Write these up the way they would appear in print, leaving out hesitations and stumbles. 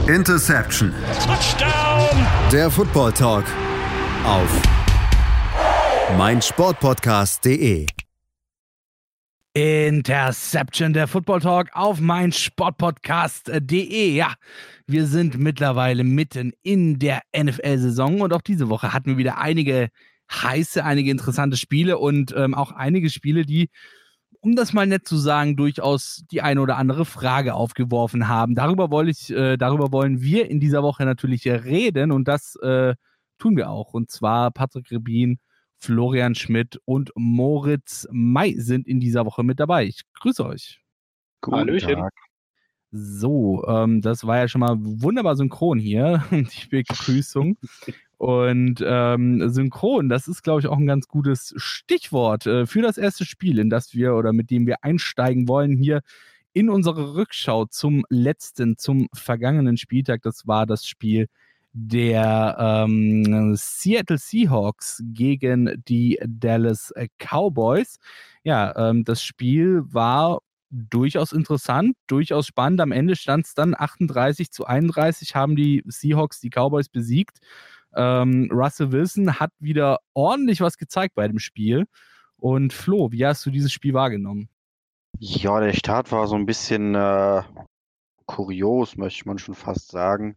Interception. Touchdown. Der Football Talk auf meinsportpodcast.de. Interception, der Football Talk auf meinsportpodcast.de. Ja, wir sind mittlerweile mitten in der NFL-Saison und auch diese Woche hatten wir wieder einige interessante Spiele und auch einige Spiele, die, um das mal nett zu sagen, durchaus die eine oder andere Frage aufgeworfen haben. Darüber wollen wir in dieser Woche natürlich reden und das tun wir auch. Und zwar Patrick Rebin, Florian Schmidt und Moritz May sind in dieser Woche mit dabei. Ich grüße euch. Guten Tag. So, das war ja schon mal wunderbar synchron hier, die Begrüßung. Und synchron, das ist, glaube ich, auch ein ganz gutes Stichwort für das erste Spiel, mit dem wir einsteigen wollen, hier in unsere Rückschau zum vergangenen Spieltag. Das war das Spiel der Seattle Seahawks gegen die Dallas Cowboys. Ja, das Spiel war durchaus interessant, durchaus spannend. Am Ende stand es dann 38-31, haben die Seahawks die Cowboys besiegt. Russell Wilson hat wieder ordentlich was gezeigt bei dem Spiel. Und Flo, wie hast du dieses Spiel wahrgenommen? Ja, der Start war so ein bisschen kurios, möchte man schon fast sagen.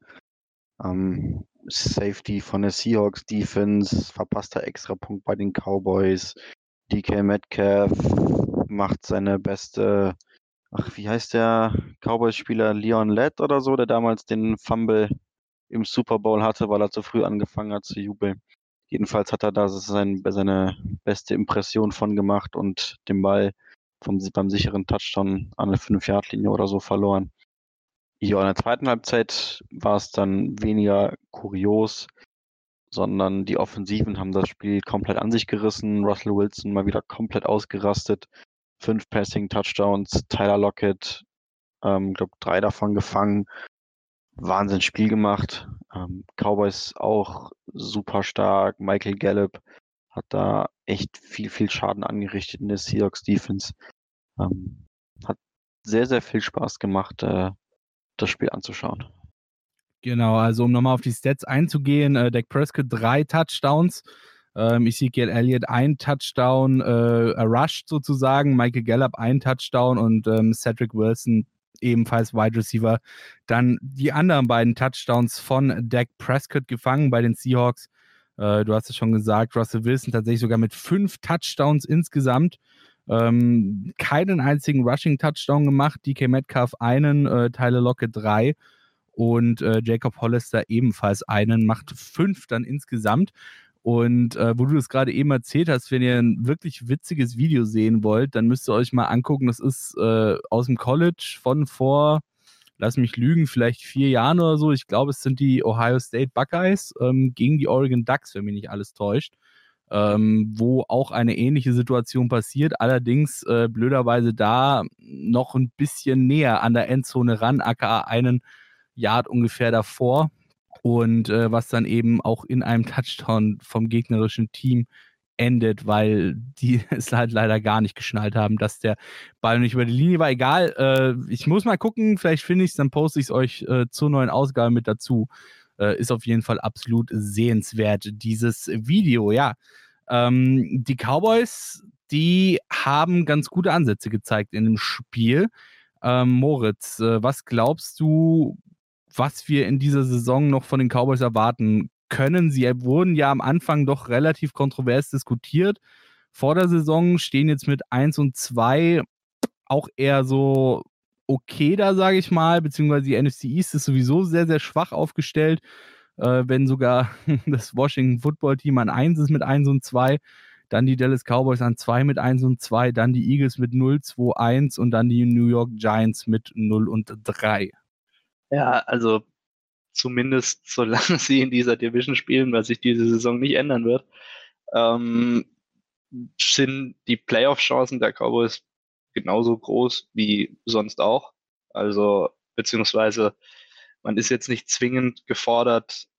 Safety von der Seahawks Defense, verpasster Extrapunkt bei den Cowboys. DK Metcalf macht seine beste, wie heißt der Cowboys-Spieler, Leon Lett oder so, der damals den Fumble im Super Bowl hatte, weil er zu früh angefangen hat zu jubeln. Jedenfalls hat er da seine beste Impression von gemacht und den Ball beim sicheren Touchdown an der 5-Yard-Linie oder so verloren. Ja, in der zweiten Halbzeit war es dann weniger kurios, sondern die Offensiven haben das Spiel komplett an sich gerissen. Russell Wilson mal wieder komplett ausgerastet. 5 Passing-Touchdowns, Tyler Lockett, glaube 3 davon gefangen. Wahnsinn Spiel gemacht. Cowboys auch super stark. Michael Gallup hat da echt viel Schaden angerichtet in der Seahawks Defense. Hat sehr, sehr viel Spaß gemacht, das Spiel anzuschauen. Genau, also um nochmal auf die Stats einzugehen, Dak Prescott 3 Touchdowns, Ezekiel Elliott 1 Touchdown, rushed sozusagen, Michael Gallup 1 Touchdown und Cedric Wilson ebenfalls Wide Receiver. Dann die anderen beiden Touchdowns von Dak Prescott gefangen bei den Seahawks. Du hast es schon gesagt, Russell Wilson tatsächlich sogar mit 5 Touchdowns insgesamt. Keinen einzigen Rushing-Touchdown gemacht, DK Metcalf einen, Tyler Lockett 3 und Jacob Hollister ebenfalls einen, macht 5 dann insgesamt. Und wo du das gerade eben erzählt hast, wenn ihr ein wirklich witziges Video sehen wollt, dann müsst ihr euch mal angucken, das ist aus dem College von vor, lass mich lügen, vielleicht 4 Jahren oder so. Ich glaube, es sind die Ohio State Buckeyes gegen die Oregon Ducks, wenn mich nicht alles täuscht. Wo auch eine ähnliche Situation passiert, allerdings blöderweise da noch ein bisschen näher an der Endzone ran, aka einen Yard ungefähr davor und was dann eben auch in einem Touchdown vom gegnerischen Team endet, weil die es halt leider gar nicht geschnallt haben, dass der Ball nicht über die Linie war. Egal, ich muss mal gucken, vielleicht finde ich es, dann poste ich es euch zur neuen Ausgabe mit dazu. Ist auf jeden Fall absolut sehenswert, dieses Video, ja. Die Cowboys, die haben ganz gute Ansätze gezeigt in dem Spiel. Moritz, was glaubst du, was wir in dieser Saison noch von den Cowboys erwarten können? Sie wurden ja am Anfang doch relativ kontrovers diskutiert. Vor der Saison stehen jetzt mit 1-2 auch eher so okay da, sage ich mal, beziehungsweise die NFC East ist sowieso sehr, sehr schwach aufgestellt, wenn sogar das Washington Football Team an 1 ist mit 1-2, dann die Dallas Cowboys an 2 mit 1-2, dann die Eagles mit 0-2-1 und dann die New York Giants mit 0-3. Ja, also zumindest solange sie in dieser Division spielen, was sich diese Saison nicht ändern wird, sind die Playoff-Chancen der Cowboys genauso groß wie sonst auch. Also, beziehungsweise man ist jetzt nicht zwingend gefordert,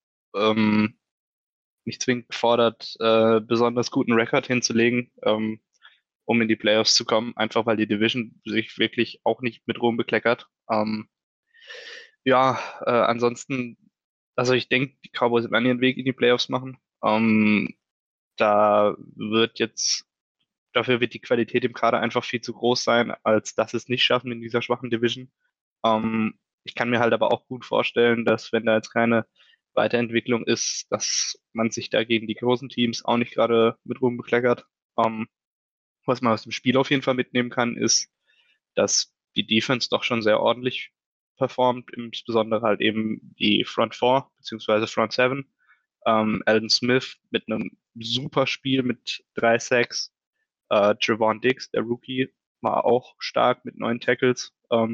besonders guten Rekord hinzulegen, um in die Playoffs zu kommen, einfach weil die Division sich wirklich auch nicht mit Ruhm bekleckert. Ja, ansonsten, also ich denke, die Cowboys werden ihren Weg in die Playoffs machen. Da wird jetzt, dafür wird die Qualität im Kader einfach viel zu groß sein, als dass es nicht schaffen in dieser schwachen Division. Ich kann mir halt aber auch gut vorstellen, dass wenn da jetzt keine Weiterentwicklung ist, dass man sich da gegen die großen Teams auch nicht gerade mit rumbekleckert. Was man aus dem Spiel auf jeden Fall mitnehmen kann, ist, dass die Defense doch schon sehr ordentlich performt, insbesondere halt eben die Front 4 beziehungsweise Front 7. Alden Smith mit einem super Spiel mit 3 Sacks. Trevon Diggs, der Rookie, war auch stark mit 9 Tackles.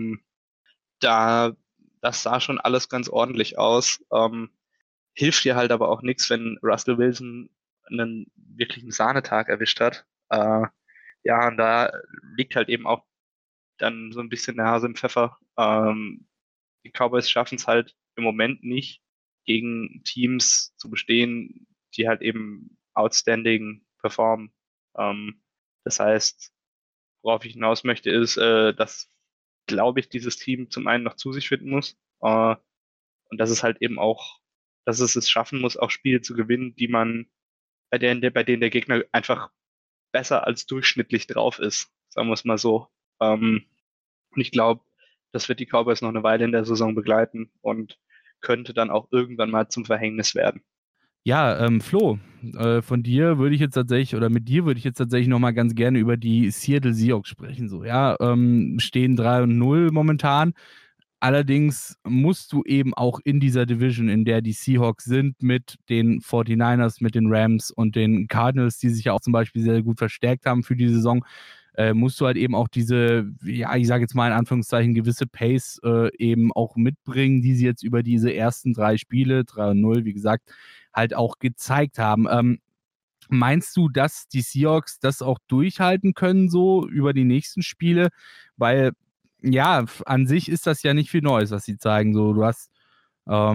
Das sah schon alles ganz ordentlich aus. Hilft dir halt aber auch nichts, wenn Russell Wilson einen wirklichen Sahnetag erwischt hat. Ja, und da liegt halt eben auch dann so ein bisschen der Hase im Pfeffer. Die Cowboys schaffen es halt im Moment nicht, gegen Teams zu bestehen, die halt eben outstanding performen. Das heißt, worauf ich hinaus möchte, ist, dass, glaube ich, dieses Team zum einen noch zu sich finden muss und dass es halt eben auch, dass es schaffen muss, auch Spiele zu gewinnen, die man, bei denen der Gegner einfach besser als durchschnittlich drauf ist, sagen wir es mal so. Und ich glaube, das wird die Cowboys noch eine Weile in der Saison begleiten und könnte dann auch irgendwann mal zum Verhängnis werden. Ja, Flo, von dir würde ich jetzt tatsächlich, oder mit dir würde ich jetzt tatsächlich nochmal ganz gerne über die Seattle Seahawks sprechen. So, ja, stehen 3-0 momentan. Allerdings musst du eben auch in dieser Division, in der die Seahawks sind, mit den 49ers, mit den Rams und den Cardinals, die sich ja auch zum Beispiel sehr gut verstärkt haben für die Saison, musst du halt eben auch diese, ja, ich sage jetzt mal in Anführungszeichen, gewisse Pace eben auch mitbringen, die sie jetzt über diese ersten 3 Spiele, 3-0, wie gesagt, halt auch gezeigt haben. Meinst du, dass die Seahawks das auch durchhalten können, so über die nächsten Spiele? Weil, ja, an sich ist das ja nicht viel Neues, was sie zeigen. So, du hast bei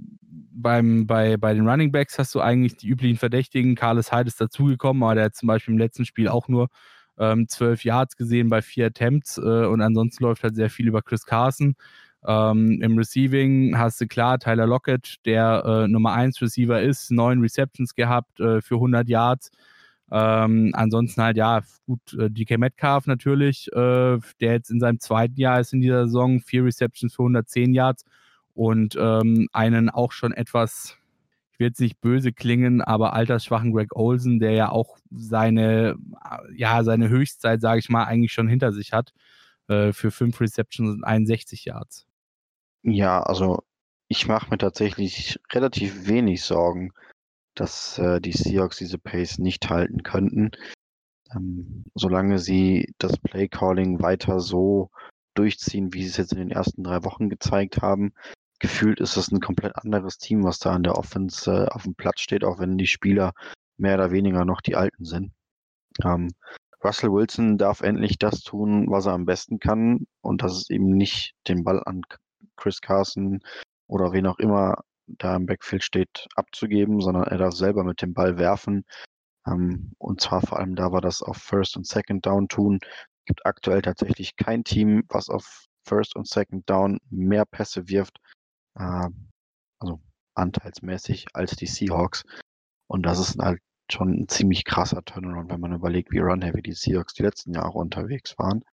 den Running Backs hast du eigentlich die üblichen Verdächtigen. Carlos Hyde ist dazugekommen, aber der hat zum Beispiel im letzten Spiel auch nur 12 Yards gesehen bei 4 Attempts und ansonsten läuft halt sehr viel über Chris Carson. Im Receiving hast du klar Tyler Lockett, der Nummer 1 Receiver ist, 9 Receptions gehabt für 100 Yards. Ansonsten halt, ja, gut, DK Metcalf natürlich, der jetzt in seinem 2. Jahr ist in dieser Saison, 4 Receptions für 110 Yards und einen auch schon etwas, ich will jetzt nicht böse klingen, aber altersschwachen Greg Olsen, der ja auch seine Höchstzeit, sage ich mal, eigentlich schon hinter sich hat, für 5 Receptions und 61 Yards. Ja, also ich mache mir tatsächlich relativ wenig Sorgen, dass die Seahawks diese Pace nicht halten könnten. Solange sie das Play-Calling weiter so durchziehen, wie sie es jetzt in den ersten 3 Wochen gezeigt haben. Gefühlt ist es ein komplett anderes Team, was da an der Offense auf dem Platz steht, auch wenn die Spieler mehr oder weniger noch die Alten sind. Russell Wilson darf endlich das tun, was er am besten kann, und das ist eben nicht den Ball an Chris Carson oder wen auch immer da im Backfield steht, abzugeben, sondern er darf selber mit dem Ball werfen. Und zwar vor allem da, war das auf First und Second Down tun. Es gibt aktuell tatsächlich kein Team, was auf First und Second Down mehr Pässe wirft, also anteilsmäßig, als die Seahawks. Und das ist halt schon ein ziemlich krasser Turnaround, wenn man überlegt, wie run-heavy die Seahawks die letzten Jahre unterwegs waren.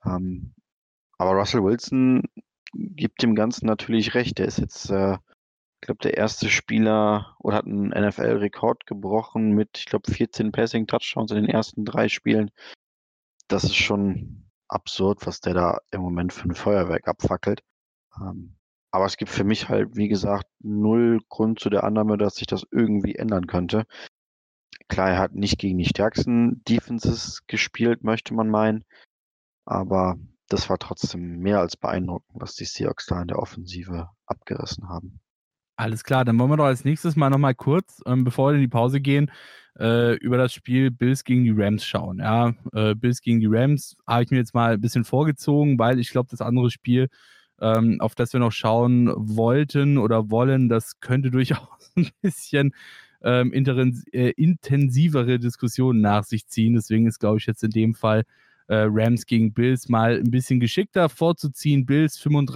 Aber Russell Wilson gibt dem Ganzen natürlich recht. Der ist jetzt, ich glaube, der erste Spieler oder hat einen NFL-Rekord gebrochen mit, ich glaube, 14 Passing-Touchdowns in den ersten 3 Spielen. Das ist schon absurd, was der da im Moment für ein Feuerwerk abfackelt. Aber es gibt für mich halt, wie gesagt, 0 Grund zu der Annahme, dass sich das irgendwie ändern könnte. Klar, er hat nicht gegen die stärksten Defenses gespielt, möchte man meinen. Aber das war trotzdem mehr als beeindruckend, was die Seahawks da in der Offensive abgerissen haben. Alles klar, dann wollen wir doch als nächstes mal nochmal kurz, bevor wir in die Pause gehen, über das Spiel Bills gegen die Rams schauen. Ja, Bills gegen die Rams habe ich mir jetzt mal ein bisschen vorgezogen, weil ich glaube, das andere Spiel, auf das wir noch schauen wollten oder wollen, das könnte durchaus ein bisschen intensivere Diskussionen nach sich ziehen. Deswegen ist, glaube ich, jetzt in dem Fall Rams gegen Bills mal ein bisschen geschickter vorzuziehen. Bills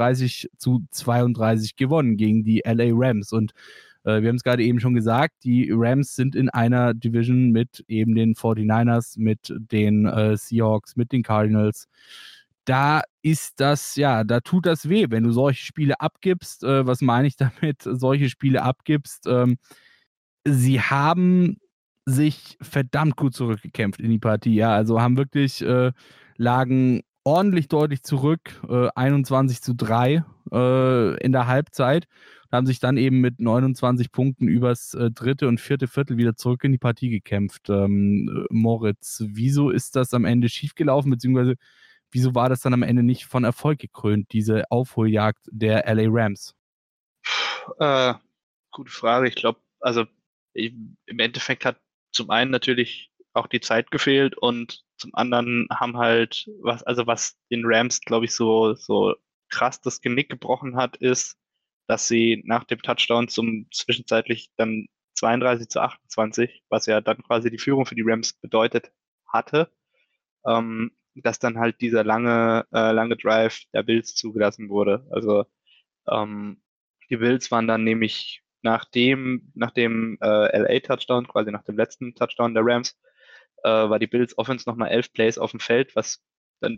35-32 gewonnen gegen die LA Rams. Und wir haben es gerade eben schon gesagt, die Rams sind in einer Division mit eben den 49ers, mit den Seahawks, mit den Cardinals. Da ist das, ja, da tut das weh, wenn du solche Spiele abgibst. Was meine ich damit, solche Spiele abgibst? Sie haben sich verdammt gut zurückgekämpft in die Partie, ja, also haben wirklich, lagen ordentlich deutlich zurück, 21-3 in der Halbzeit, haben sich dann eben mit 29 Punkten übers dritte und vierte Viertel wieder zurück in die Partie gekämpft. Moritz, wieso ist das am Ende schiefgelaufen, beziehungsweise wieso war das dann am Ende nicht von Erfolg gekrönt, diese Aufholjagd der LA Rams? Gute Frage. Ich glaube, also im Endeffekt hat zum einen natürlich auch die Zeit gefehlt und zum anderen haben halt, was den Rams, glaube ich, so krass das Genick gebrochen hat, ist, dass sie nach dem Touchdown zwischenzeitlich dann 32-28, was ja dann quasi die Führung für die Rams bedeutet hatte, dass dann halt dieser lange Drive der Bills zugelassen wurde. Also die Bills waren dann nämlich nach dem LA-Touchdown, quasi nach dem letzten Touchdown der Rams, war die Bills Offense nochmal 11 Plays auf dem Feld, was dann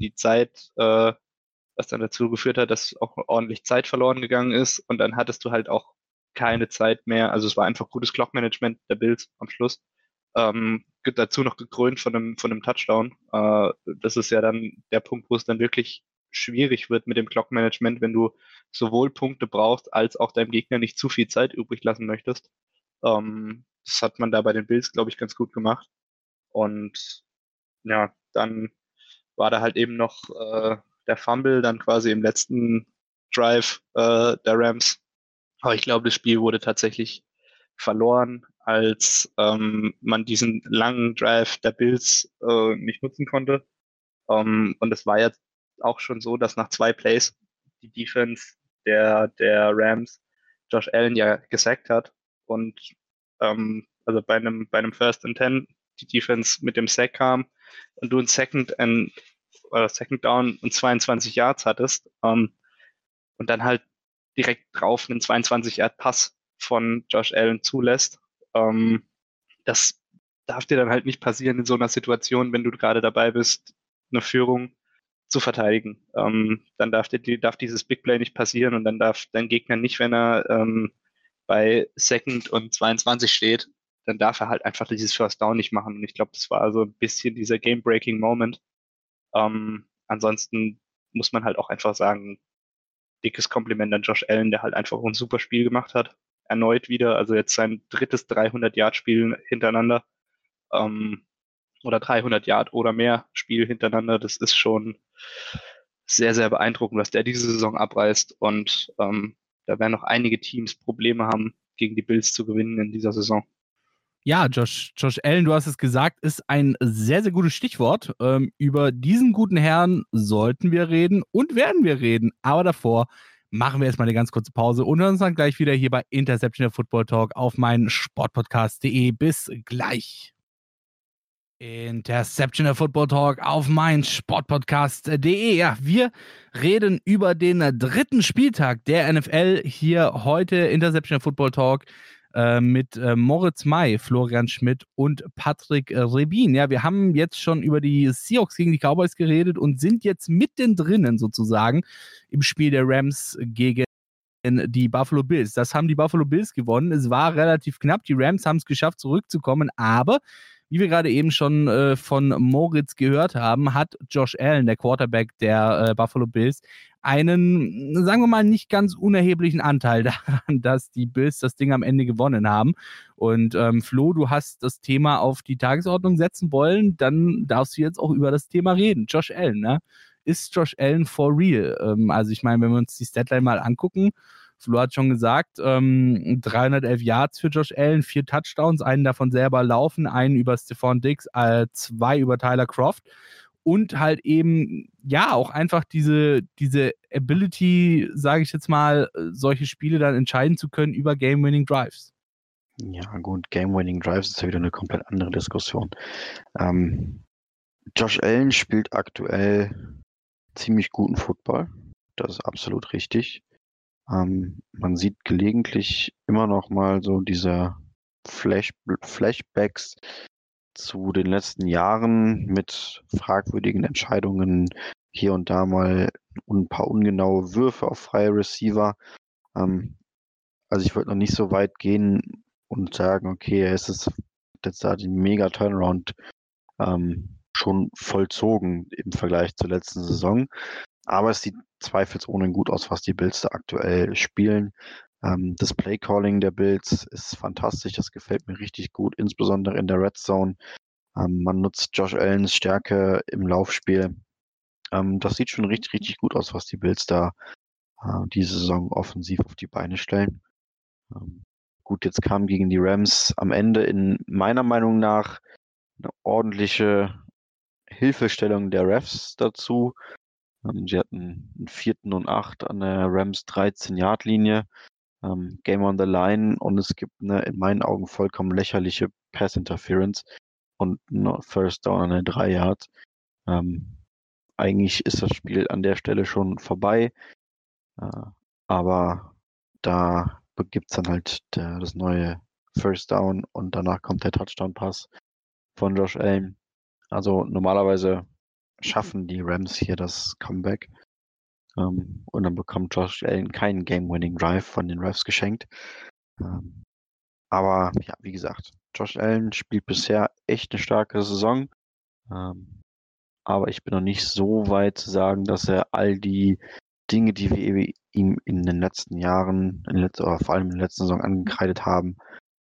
dazu geführt hat, dass auch ordentlich Zeit verloren gegangen ist. Und dann hattest du halt auch keine Zeit mehr. Also es war einfach gutes Clock-Management der Bills am Schluss. Dazu noch gekrönt von einem Touchdown. Das ist ja dann der Punkt, wo es dann wirklich schwierig wird mit dem Clock-Management, wenn du sowohl Punkte brauchst, als auch deinem Gegner nicht zu viel Zeit übrig lassen möchtest. Das hat man da bei den Bills, glaube ich, ganz gut gemacht. Und ja, dann war da halt eben noch der Fumble dann quasi im letzten Drive der Rams. Aber ich glaube, das Spiel wurde tatsächlich verloren, als man diesen langen Drive der Bills nicht nutzen konnte. Und es war jetzt auch schon so, dass nach 2 Plays die Defense der Rams Josh Allen ja gesackt hat. Und also bei einem First and 10 die Defense mit dem Sack kam und du ein Second Down und 22 Yards hattest und dann halt direkt drauf einen 22-Yard-Pass von Josh Allen zulässt. Das darf dir dann halt nicht passieren in so einer Situation, wenn du gerade dabei bist, eine Führung zu verteidigen. Dann darf dieses Big Play nicht passieren und dann darf dein Gegner nicht, wenn er bei Second und 22 steht, dann darf er halt einfach dieses First Down nicht machen. Und ich glaube, das war so ein bisschen dieser Game-Breaking Moment. Ansonsten muss man halt auch einfach sagen, dickes Kompliment an Josh Allen, der halt einfach ein super Spiel gemacht hat. Erneut wieder, also jetzt sein drittes 300-Yard-Spiel hintereinander. Oder 300 Yard oder mehr Spiel hintereinander. Das ist schon sehr, sehr beeindruckend, was der diese Saison abreißt. Und da werden noch einige Teams Probleme haben, gegen die Bills zu gewinnen in dieser Saison. Ja, Josh Allen, du hast es gesagt, ist ein sehr, sehr gutes Stichwort. Über diesen guten Herrn sollten wir reden und werden wir reden. Aber davor machen wir erstmal eine ganz kurze Pause und hören uns dann gleich wieder hier bei Interception der Football Talk auf meinen Sportpodcast.de. Bis gleich. Interception der Football Talk auf mein Sportpodcast.de. Ja, wir reden über den dritten Spieltag der NFL hier heute. Interception der Football Talk mit Moritz May, Florian Schmidt und Patrick Rebin. Ja, wir haben jetzt schon über die Seahawks gegen die Cowboys geredet und sind jetzt mittendrin sozusagen im Spiel der Rams gegen die Buffalo Bills. Das haben die Buffalo Bills gewonnen. Es war relativ knapp. Die Rams haben es geschafft, zurückzukommen, aber wie wir gerade eben schon von Moritz gehört haben, hat Josh Allen, der Quarterback der Buffalo Bills, einen, sagen wir mal, nicht ganz unerheblichen Anteil daran, dass die Bills das Ding am Ende gewonnen haben. Und Flo, du hast das Thema auf die Tagesordnung setzen wollen, dann darfst du jetzt auch über das Thema reden. Josh Allen, ne? Ist Josh Allen for real? Also ich meine, wenn wir uns die Statline mal angucken, Flo hat schon gesagt, 311 Yards für Josh Allen, 4 Touchdowns, einen davon selber laufen, einen über Stephon Diggs, 2 über Tyler Kroft und halt eben, ja, auch einfach diese Ability, sage ich jetzt mal, solche Spiele dann entscheiden zu können über Game-Winning Drives. Ja gut, Game-Winning Drives ist ja wieder eine komplett andere Diskussion. Josh Allen spielt aktuell ziemlich guten Football. Das ist absolut richtig. Man sieht gelegentlich immer noch mal so diese Flashbacks zu den letzten Jahren mit fragwürdigen Entscheidungen, hier und da mal ein paar ungenaue Würfe auf freie Receiver. Also ich würde noch nicht so weit gehen und sagen, okay, es ist jetzt da den mega Turnaround schon vollzogen im Vergleich zur letzten Saison. Aber es sieht zweifelsohne gut aus, was die Bills da aktuell spielen. Das Playcalling der Bills ist fantastisch, das gefällt mir richtig gut, insbesondere in der Red Zone. Man nutzt Josh Allens Stärke im Laufspiel. Das sieht schon richtig, richtig gut aus, was die Bills da diese Saison offensiv auf die Beine stellen. Gut, jetzt kam gegen die Rams am Ende in meiner Meinung nach eine ordentliche Hilfestellung der Refs dazu. Sie hatten einen 4. und 8 an der Rams 13-Yard-Linie. Game on the line und es gibt eine in meinen Augen vollkommen lächerliche Pass-Interference und eine First Down an der 3 Yard. Eigentlich ist das Spiel an der Stelle schon vorbei, aber da gibt es dann halt das neue First Down und danach kommt der Touchdown-Pass von Josh Allen. Also normalerweise schaffen die Rams hier das Comeback und dann bekommt Josh Allen keinen Game-Winning-Drive von den Refs geschenkt. Aber ja, wie gesagt, Josh Allen spielt bisher echt eine starke Saison. Aber ich bin noch nicht so weit zu sagen, dass er all die Dinge, die wir ihm in den letzten Jahren, oder vor allem in der letzten Saison angekreidet haben,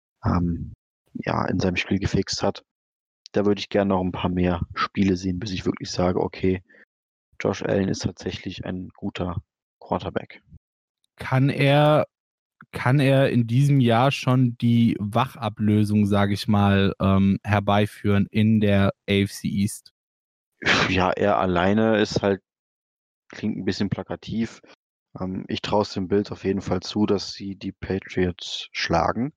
in seinem Spiel gefixt hat. Da würde ich gerne noch ein paar mehr Spiele sehen, bis ich wirklich sage, okay, Josh Allen ist tatsächlich ein guter Quarterback. Kann er in diesem Jahr schon die Wachablösung, sage ich mal, herbeiführen in der AFC East? Ja, er alleine ist halt, klingt ein bisschen plakativ. Ich traue es den Bills auf jeden Fall zu, dass sie die Patriots schlagen.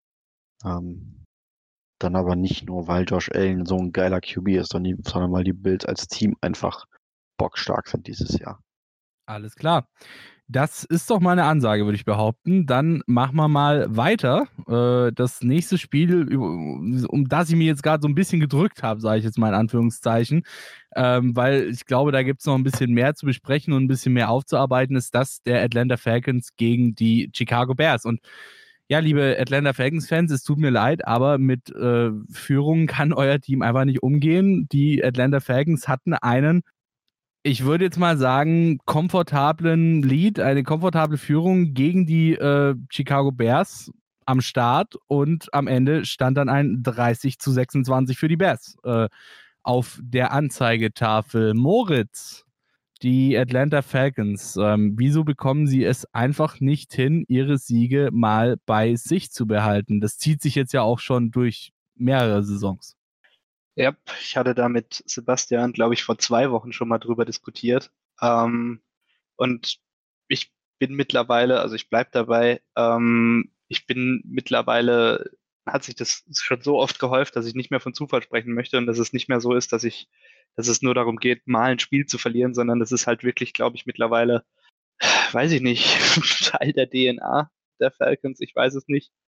Dann aber nicht nur, weil Josh Allen so ein geiler QB ist, sondern weil die Bills als Team einfach bockstark sind dieses Jahr. Alles klar. Das ist doch mal eine Ansage, würde ich behaupten. Dann machen wir mal weiter. Das nächste Spiel, um das ich mir jetzt gerade so ein bisschen gedrückt habe, sage ich jetzt mal in Anführungszeichen, weil ich glaube, da gibt es noch ein bisschen mehr zu besprechen und ein bisschen mehr aufzuarbeiten, ist das der Atlanta Falcons gegen die Chicago Bears. Und ja, liebe Atlanta Falcons-Fans, es tut mir leid, aber mit Führung kann euer Team einfach nicht umgehen. Die Atlanta Falcons hatten einen, ich würde jetzt mal sagen, komfortablen Lead, eine komfortable Führung gegen die Chicago Bears am Start und am Ende stand dann ein 30-26 für die Bears auf der Anzeigetafel. Moritz, die Atlanta Falcons, wieso bekommen sie es einfach nicht hin, ihre Siege mal bei sich zu behalten? Das zieht sich jetzt ja auch schon durch mehrere Saisons. Ja, ich hatte da mit Sebastian, glaube ich, vor 2 Wochen schon mal drüber diskutiert. Und ich bin mittlerweile, also ich bleibe dabei, ich bin mittlerweile, hat sich das schon so oft gehäuft, dass ich nicht mehr von Zufall sprechen möchte und dass es nicht mehr so ist, dass es nur darum geht, mal ein Spiel zu verlieren, sondern das ist halt wirklich, glaube ich, mittlerweile, weiß ich nicht, Teil der DNA der Falcons, ich weiß es nicht.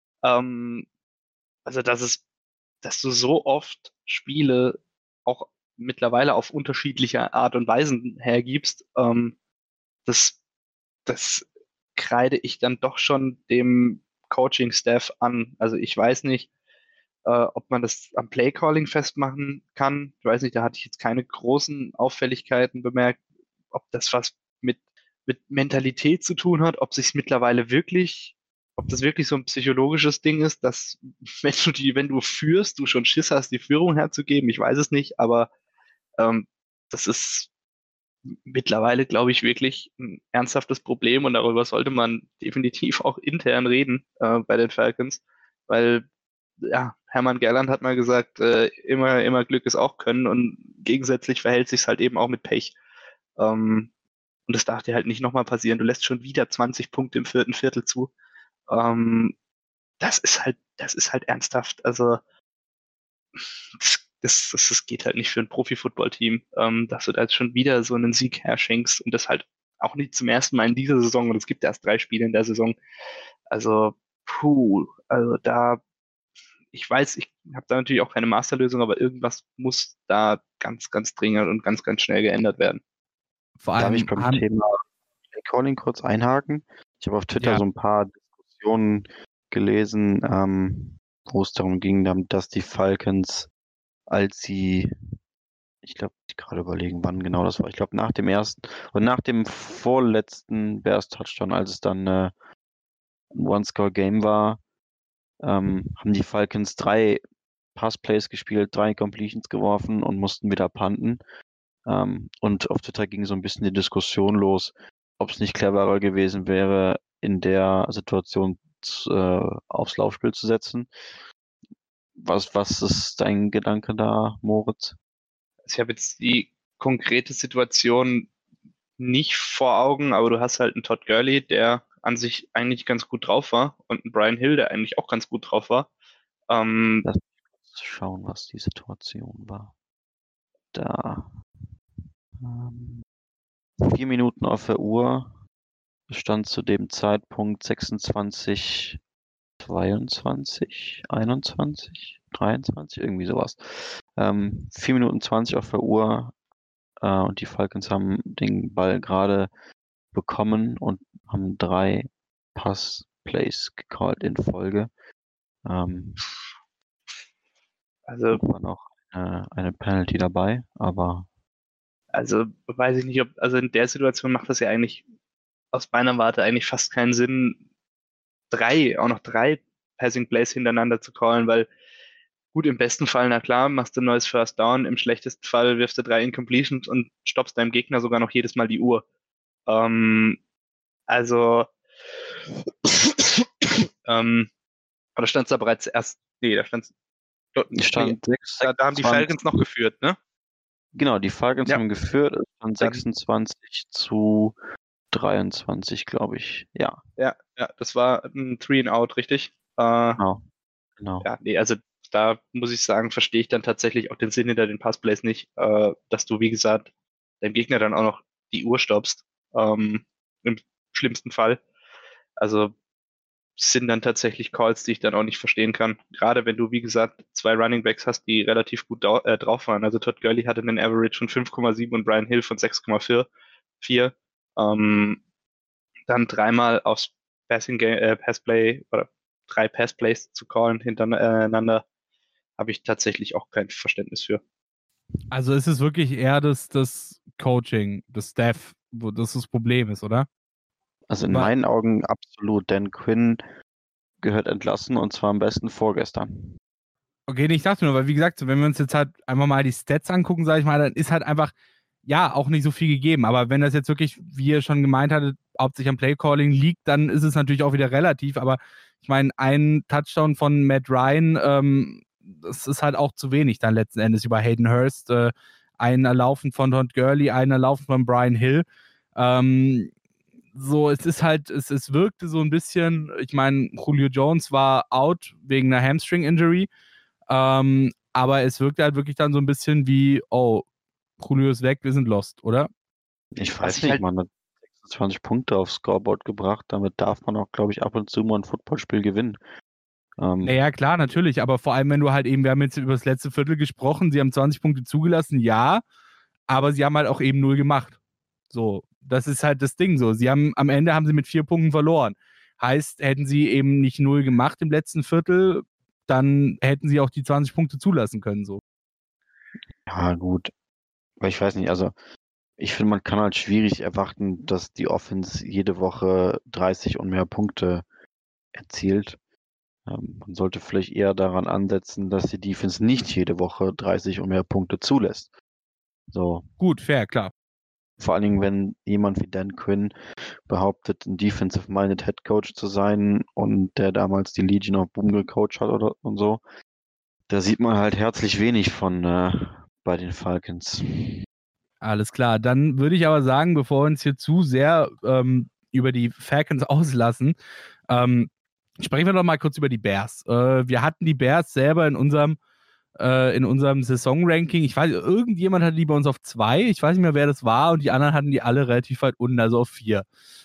Also, dass du so oft Spiele auch mittlerweile auf unterschiedliche Art und Weisen hergibst, das, das kreide ich dann doch schon dem Coaching-Staff an. Also ich weiß nicht, ob man das am Play-Calling festmachen kann. Ich weiß nicht, da hatte ich jetzt keine großen Auffälligkeiten bemerkt, ob das was mit Mentalität zu tun hat, ob sich mittlerweile wirklich, ob das wirklich so ein psychologisches Ding ist, dass wenn du führst, du schon Schiss hast, die Führung herzugeben. Ich weiß es nicht, aber das ist mittlerweile, glaube ich, wirklich ein ernsthaftes Problem und darüber sollte man definitiv auch intern reden bei den Falcons, weil ja, Hermann Gerland hat mal gesagt, immer Glück ist auch Können und gegensätzlich verhält sich halt eben auch mit Pech. Und das darf dir halt nicht nochmal passieren. Du lässt schon wieder 20 Punkte im 4. Viertel zu. Das ist halt ernsthaft. Also das geht halt nicht für ein Profi-Football-Team, dass du da jetzt schon wieder so einen Sieg herschenkst und das halt auch nicht zum ersten Mal in dieser Saison und es gibt erst 3 Spiele in der Saison. Also, also da, ich weiß, ich habe da natürlich auch keine Masterlösung, aber irgendwas muss da ganz, ganz dringend und ganz, ganz schnell geändert werden. Vor Darf allem ich beim Thema Calling kurz einhaken? Ich habe auf Twitter Ja. so ein paar Diskussionen gelesen, wo es darum ging, dass die Falcons, als sie, ich glaube, ich gerade überlegen, wann genau das war. Ich glaube, nach dem ersten und nach dem vorletzten Bears-Touchdown, als es dann ein One-Score-Game war, haben die Falcons 3 Passplays gespielt, 3 Completions geworfen und mussten wieder punten. Und auf Twitter ging so ein bisschen die Diskussion los, ob es nicht cleverer gewesen wäre, in der Situation aufs Laufspiel zu setzen. Was ist dein Gedanke da, Moritz? Ich habe jetzt die konkrete Situation nicht vor Augen, aber du hast halt einen Todd Gurley, der an sich eigentlich ganz gut drauf war und einen Brian Hill, der eigentlich auch ganz gut drauf war. Lass mich kurz schauen, was die Situation war. Da 4 Minuten auf der Uhr. Es stand zu dem Zeitpunkt 26, 22, 21, 23, irgendwie sowas. 4 Minuten 20 auf der Uhr und die Falcons haben den Ball gerade bekommen und haben 3 Pass-Plays gecallt in Folge. Also war noch eine Penalty dabei, aber Also weiß ich nicht, also in der Situation macht das ja eigentlich aus meiner Warte eigentlich fast keinen Sinn, auch noch drei Passing Plays hintereinander zu callen, weil gut, im besten Fall, na klar, machst du ein neues First Down, im schlechtesten Fall wirfst du 3 Incompletions und stoppst deinem Gegner sogar noch jedes Mal die Uhr. Also, oder stand es da bereits erst, da stand da haben die Falcons noch geführt, ne? Genau, die Falcons haben geführt, es stand 26-23, glaube ich, ja. Ja, das war ein 3-and-out, richtig? Genau. Ja, nee, also da muss ich sagen, verstehe ich dann tatsächlich auch den Sinn hinter den Passplays nicht, dass du, wie gesagt, deinem Gegner dann auch noch die Uhr stoppst, im schlimmsten Fall. Also sind dann tatsächlich Calls, die ich dann auch nicht verstehen kann. Gerade wenn du, wie gesagt, 2 Running Backs hast, die relativ gut drauf waren. Also Todd Gurley hatte einen Average von 5,7 und Brian Hill von 6,4. Dann 3-mal aufs Passplay oder 3 Passplays zu callen hintereinander, habe ich tatsächlich auch kein Verständnis für. Also ist es wirklich eher das Coaching, das Staff, wo das Problem ist, oder? Also in meinen Augen absolut, denn Quinn gehört entlassen und zwar am besten vorgestern. Okay, ich dachte nur, weil wie gesagt, wenn wir uns jetzt halt einfach mal die Stats angucken, sage ich mal, dann ist halt einfach, ja, auch nicht so viel gegeben. Aber wenn das jetzt wirklich, wie ihr schon gemeint hattet, hauptsächlich am Playcalling liegt, dann ist es natürlich auch wieder relativ. Aber ich meine, ein Touchdown von Matt Ryan, das ist halt auch zu wenig dann letzten Endes über Hayden Hurst. Ein Erlaufen von Todd Gurley, ein Erlaufen von Brian Hill. So, es ist halt, es wirkte so ein bisschen, ich meine, Julio Jones war out wegen einer Hamstring-Injury, aber es wirkte halt wirklich dann so ein bisschen wie, oh, Julio ist weg, wir sind lost, oder? Ich weiß nicht, man hat 26 Punkte aufs Scoreboard gebracht, damit darf man auch, glaube ich, ab und zu mal ein Footballspiel gewinnen. Naja, klar, natürlich, aber vor allem, wenn du halt eben, wir haben jetzt über das letzte Viertel gesprochen, sie haben 20 Punkte zugelassen, ja, aber sie haben halt auch eben 0 gemacht. So, das ist halt das Ding so. Am Ende haben sie mit 4 Punkten verloren. Heißt, hätten sie eben nicht 0 gemacht im letzten Viertel, dann hätten sie auch die 20 Punkte zulassen können, so. Ja, gut. Aber ich weiß nicht, also ich finde, man kann halt schwierig erwarten, dass die Offense jede Woche 30 und mehr Punkte erzielt. Man sollte vielleicht eher daran ansetzen, dass die Defense nicht jede Woche 30 und mehr Punkte zulässt. So. Gut, fair, klar. Vor allen Dingen, wenn jemand wie Dan Quinn behauptet, ein defensive-minded Head Coach zu sein und der damals die Legion of Boom gecoacht hat und so, da sieht man halt herzlich wenig von bei den Falcons. Alles klar, dann würde ich aber sagen, bevor wir uns hier zu sehr über die Falcons auslassen, sprechen wir doch mal kurz über die Bears. Wir hatten die Bears selber in unserem in unserem Saison-Ranking. Ich weiß, irgendjemand hatte die bei uns auf 2. Ich weiß nicht mehr, wer das war. Und die anderen hatten die alle relativ weit unten, also auf 4.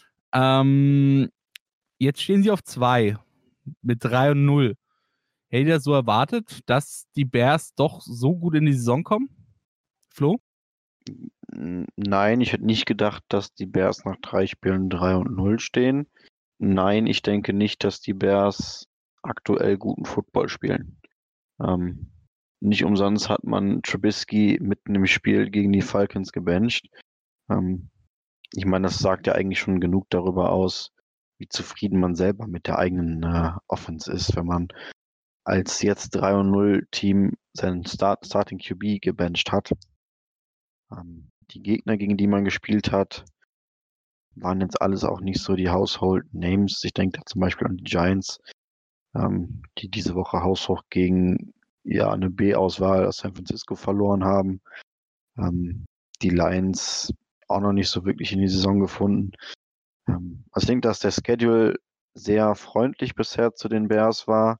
Jetzt stehen sie auf 2 mit 3-0. Hättet ihr das so erwartet, dass die Bears doch so gut in die Saison kommen? Flo? Nein, ich hätte nicht gedacht, dass die Bears nach 3 Spielen 3-0 stehen. Nein, ich denke nicht, dass die Bears aktuell guten Football spielen. Nicht umsonst hat man Trubisky mitten im Spiel gegen die Falcons gebencht. Ich meine, das sagt ja eigentlich schon genug darüber aus, wie zufrieden man selber mit der eigenen Offense ist, wenn man als jetzt 3-0 Team seinen Starting QB gebencht hat. Die Gegner, gegen die man gespielt hat, waren jetzt alles auch nicht so die Household Names. Ich denke da zum Beispiel an die Giants, die diese Woche haushoch gegen eine B-Auswahl aus San Francisco verloren haben. Die Lions auch noch nicht so wirklich in die Saison gefunden. Also ich denke, dass der Schedule sehr freundlich bisher zu den Bears war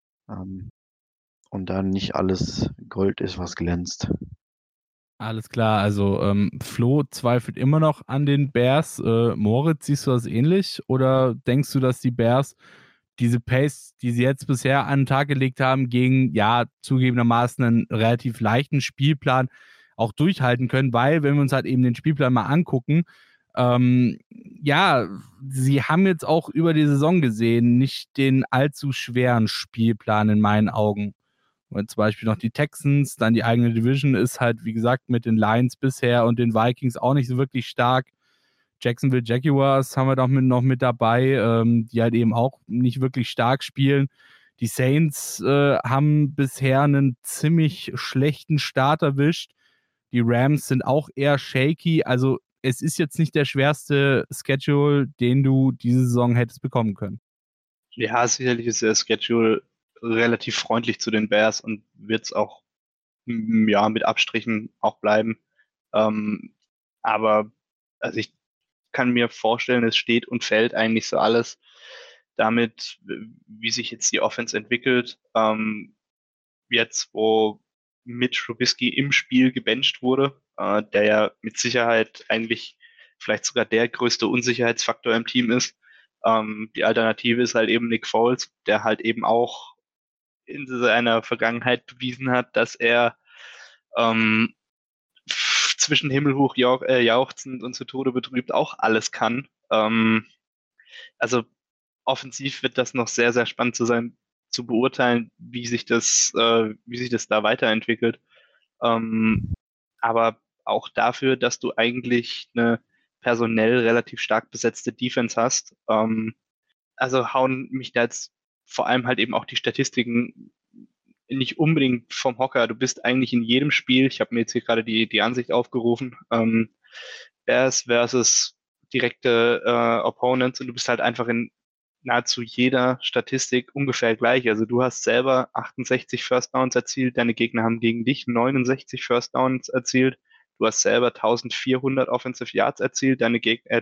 und dann nicht alles Gold ist, was glänzt. Alles klar, also Flo zweifelt immer noch an den Bears. Moritz, siehst du das ähnlich? Oder denkst du, dass die Bears diese Pace, die sie jetzt bisher an den Tag gelegt haben, gegen, ja, zugegebenermaßen einen relativ leichten Spielplan auch durchhalten können? Weil, wenn wir uns halt eben den Spielplan mal angucken, ja, sie haben jetzt auch über die Saison gesehen nicht den allzu schweren Spielplan in meinen Augen. Und zum Beispiel noch die Texans, dann die eigene Division ist halt, wie gesagt, mit den Lions bisher und den Vikings auch nicht so wirklich stark. Jacksonville Jaguars haben wir doch noch mit dabei, die halt eben auch nicht wirklich stark spielen. Die Saints haben bisher einen ziemlich schlechten Start erwischt. Die Rams sind auch eher shaky. Also es ist jetzt nicht der schwerste Schedule, den du diese Saison hättest bekommen können. Ja, sicherlich ist der Schedule relativ freundlich zu den Bears und wird es auch mit Abstrichen auch bleiben. Aber also ich kann mir vorstellen, es steht und fällt eigentlich so alles damit, wie sich jetzt die Offense entwickelt. Jetzt, wo Mitch Trubisky im Spiel gebencht wurde, der ja mit Sicherheit eigentlich vielleicht sogar der größte Unsicherheitsfaktor im Team ist. Die Alternative ist halt eben Nick Foles, der halt eben auch in seiner Vergangenheit bewiesen hat, dass er zwischen himmelhoch jauchzend und zu Tode betrübt auch alles kann. Also offensiv wird das noch sehr, sehr spannend zu beurteilen, wie sich das da weiterentwickelt. Aber auch dafür, dass du eigentlich eine personell relativ stark besetzte Defense hast. Also hauen mich da jetzt vor allem halt eben auch die Statistiken nicht unbedingt vom Hocker. Du bist eigentlich in jedem Spiel, ich habe mir jetzt hier gerade die Ansicht aufgerufen, Bears versus direkte Opponents, und du bist halt einfach in nahezu jeder Statistik ungefähr gleich. Also du hast selber 68 First Downs erzielt, deine Gegner haben gegen dich 69 First Downs erzielt. Du hast selber 1400 Offensive Yards erzielt, deine Gegner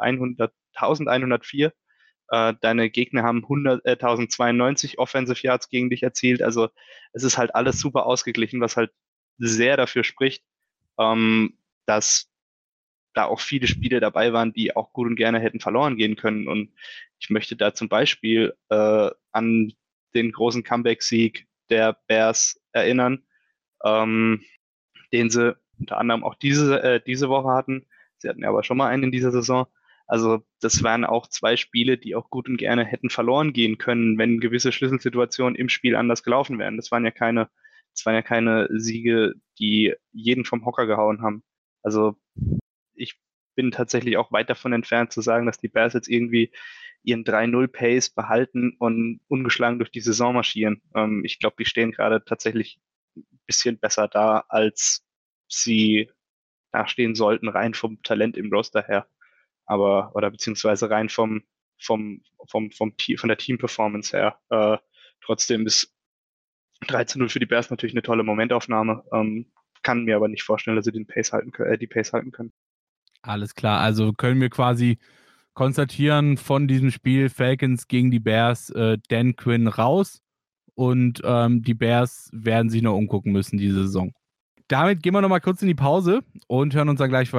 1104. Deine Gegner haben 1092 Offensive Yards gegen dich erzielt. Also es ist halt alles super ausgeglichen, was halt sehr dafür spricht, dass da auch viele Spiele dabei waren, die auch gut und gerne hätten verloren gehen können. Und ich möchte da zum Beispiel an den großen Comeback-Sieg der Bears erinnern, den sie unter anderem auch diese Woche hatten. Sie hatten ja aber schon mal einen in dieser Saison. Also das waren auch 2 Spiele, die auch gut und gerne hätten verloren gehen können, wenn gewisse Schlüsselsituationen im Spiel anders gelaufen wären. Das waren ja keine Siege, die jeden vom Hocker gehauen haben. Also ich bin tatsächlich auch weit davon entfernt zu sagen, dass die Bears jetzt irgendwie ihren 3-0-Pace behalten und ungeschlagen durch die Saison marschieren. Ich glaube, die stehen gerade tatsächlich ein bisschen besser da, als sie dastehen sollten, rein vom Talent im Roster her. Oder beziehungsweise rein von der Team-Performance her. Trotzdem ist 3-0 für die Bears natürlich eine tolle Momentaufnahme. Kann mir aber nicht vorstellen, dass sie die Pace halten können. Alles klar, also können wir quasi konstatieren von diesem Spiel Falcons gegen die Bears, Dan Quinn raus und die Bears werden sich noch umgucken müssen diese Saison. Damit gehen wir nochmal kurz in die Pause und hören uns dann gleich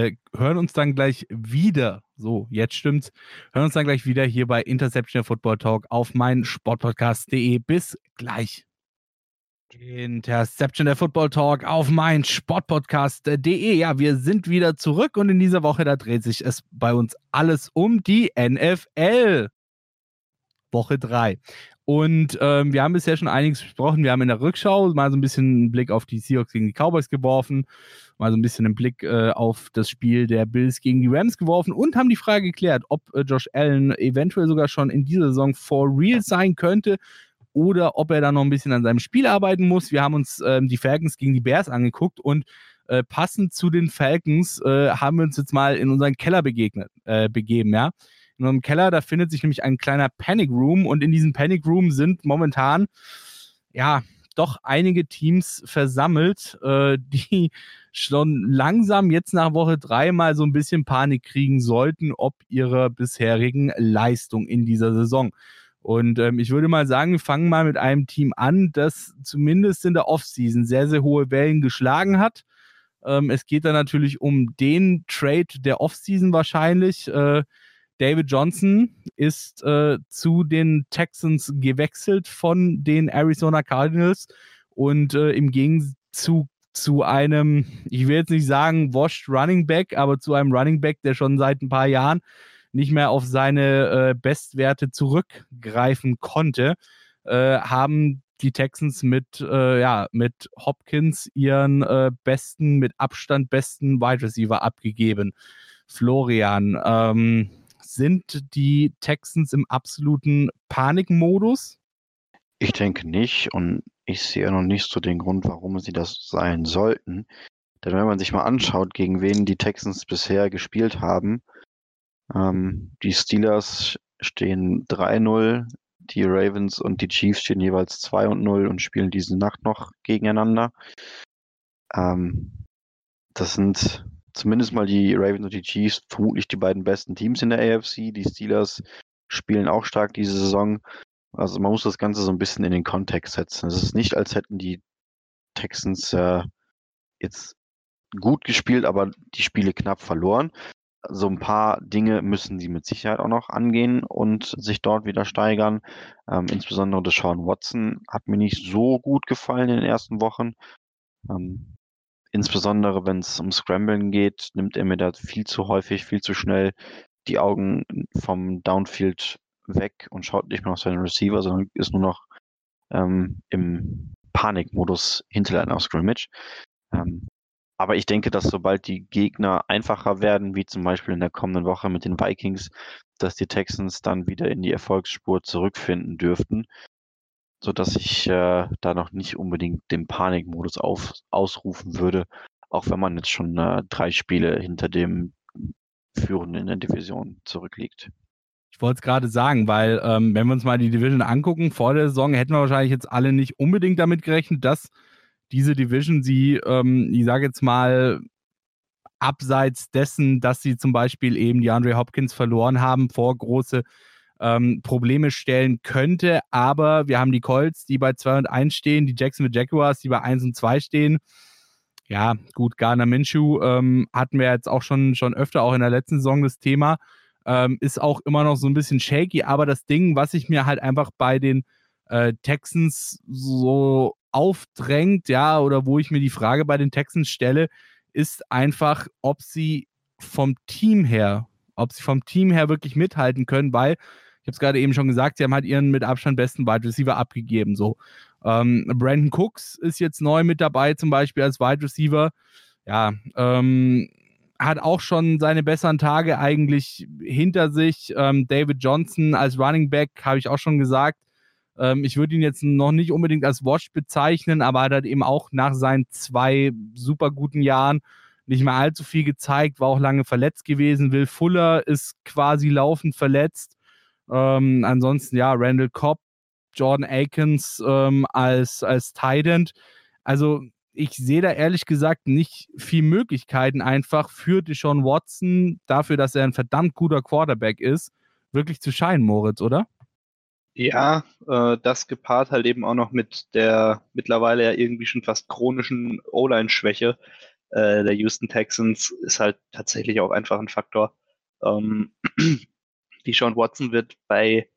wieder. So, jetzt stimmt's. Hören uns dann gleich wieder hier bei Interception Football Talk auf meinsportpodcast.de. Bis gleich. Interception der Football Talk auf meinsportpodcast.de. Ja, wir sind wieder zurück und in dieser Woche, da dreht sich es bei uns alles um die NFL. Woche 3. Und wir haben bisher schon einiges besprochen. Wir haben in der Rückschau mal so ein bisschen einen Blick auf die Seahawks gegen die Cowboys geworfen, mal so ein bisschen einen Blick auf das Spiel der Bills gegen die Rams geworfen und haben die Frage geklärt, ob Josh Allen eventuell sogar schon in dieser Saison for real sein könnte oder ob er da noch ein bisschen an seinem Spiel arbeiten muss. Wir haben uns die Falcons gegen die Bears angeguckt und passend zu den Falcons haben wir uns jetzt mal in unseren Keller begeben, ja. In unserem Keller, da findet sich nämlich ein kleiner Panic Room und in diesem Panic Room sind momentan, ja, doch einige Teams versammelt, die schon langsam jetzt nach Woche 3 mal so ein bisschen Panik kriegen sollten, ob ihrer bisherigen Leistung in dieser Saison. Und ich würde mal sagen, wir fangen mal mit einem Team an, das zumindest in der Offseason sehr, sehr hohe Wellen geschlagen hat. Es geht dann natürlich um den Trade der Offseason wahrscheinlich. David Johnson ist zu den Texans gewechselt von den Arizona Cardinals und im Gegenzug zu einem, ich will jetzt nicht sagen washed Running Back, aber zu einem Running Back, der schon seit ein paar Jahren nicht mehr auf seine Bestwerte zurückgreifen konnte, haben die Texans mit Hopkins ihren mit Abstand besten Wide Receiver abgegeben. Florian, sind die Texans im absoluten Panikmodus? Ich denke nicht und ich sehe noch nicht so den Grund, warum sie das sein sollten. Denn wenn man sich mal anschaut, gegen wen die Texans bisher gespielt haben, die Steelers stehen 3-0, die Ravens und die Chiefs stehen jeweils 2-0 und spielen diese Nacht noch gegeneinander. Das sind zumindest mal die Ravens und die Chiefs vermutlich die beiden besten Teams in der AFC. Die Steelers spielen auch stark diese Saison. Also man muss das Ganze so ein bisschen in den Kontext setzen. Es ist nicht, als hätten die Texans jetzt gut gespielt, aber die Spiele knapp verloren. So ein paar Dinge müssen sie mit Sicherheit auch noch angehen und sich dort wieder steigern. Insbesondere Deshaun Watson hat mir nicht so gut gefallen in den ersten Wochen. Insbesondere wenn es um Scramblen geht, nimmt er mir da viel zu häufig, viel zu schnell die Augen vom Downfield weg und schaut nicht mehr auf seinen Receiver, sondern ist nur noch im Panikmodus hinter der Line of Scrimmage. Aber ich denke, dass sobald die Gegner einfacher werden, wie zum Beispiel in der kommenden Woche mit den Vikings, dass die Texans dann wieder in die Erfolgsspur zurückfinden dürften, sodass ich da noch nicht unbedingt den Panikmodus ausrufen würde, auch wenn man jetzt schon 3 Spiele hinter dem Führenden in der Division zurückliegt. Ich wollte es gerade sagen, weil wenn wir uns mal die Division angucken, vor der Saison hätten wir wahrscheinlich jetzt alle nicht unbedingt damit gerechnet, dass diese Division sie, ich sage jetzt mal, abseits dessen, dass sie zum Beispiel eben die DeAndre Hopkins verloren haben, vor große Probleme stellen könnte. Aber wir haben die Colts, die bei 2-1 stehen, die Jacksonville Jaguars, die bei 1-2 stehen. Ja, gut, Gardner Minshew hatten wir jetzt auch schon öfter, auch in der letzten Saison das Thema. Ist auch immer noch so ein bisschen shaky, aber das Ding, was ich mir halt einfach bei den Texans so aufdrängt, ja, oder wo ich mir die Frage bei den Texans stelle, ist einfach, ob sie vom Team her wirklich mithalten können, weil, ich habe es gerade eben schon gesagt, sie haben halt ihren mit Abstand besten Wide Receiver abgegeben, so. Brandon Cooks ist jetzt neu mit dabei, zum Beispiel als Wide Receiver, ja, hat auch schon seine besseren Tage eigentlich hinter sich. David Johnson als Running Back, habe ich auch schon gesagt. Ich würde ihn jetzt noch nicht unbedingt als Washed bezeichnen, aber hat halt eben auch nach seinen 2 super guten Jahren nicht mehr allzu viel gezeigt, war auch lange verletzt gewesen. Will Fuller ist quasi laufend verletzt. Ansonsten, ja, Randall Cobb, Jordan Akins als Tight End. Also ich sehe da ehrlich gesagt nicht viel Möglichkeiten einfach für Deshaun Watson, dafür, dass er ein verdammt guter Quarterback ist, wirklich zu scheinen, Moritz, oder? Ja, das gepaart halt eben auch noch mit der mittlerweile ja irgendwie schon fast chronischen O-Line-Schwäche der Houston Texans ist halt tatsächlich auch einfach ein Faktor. Ähm, Deshaun Watson wird bei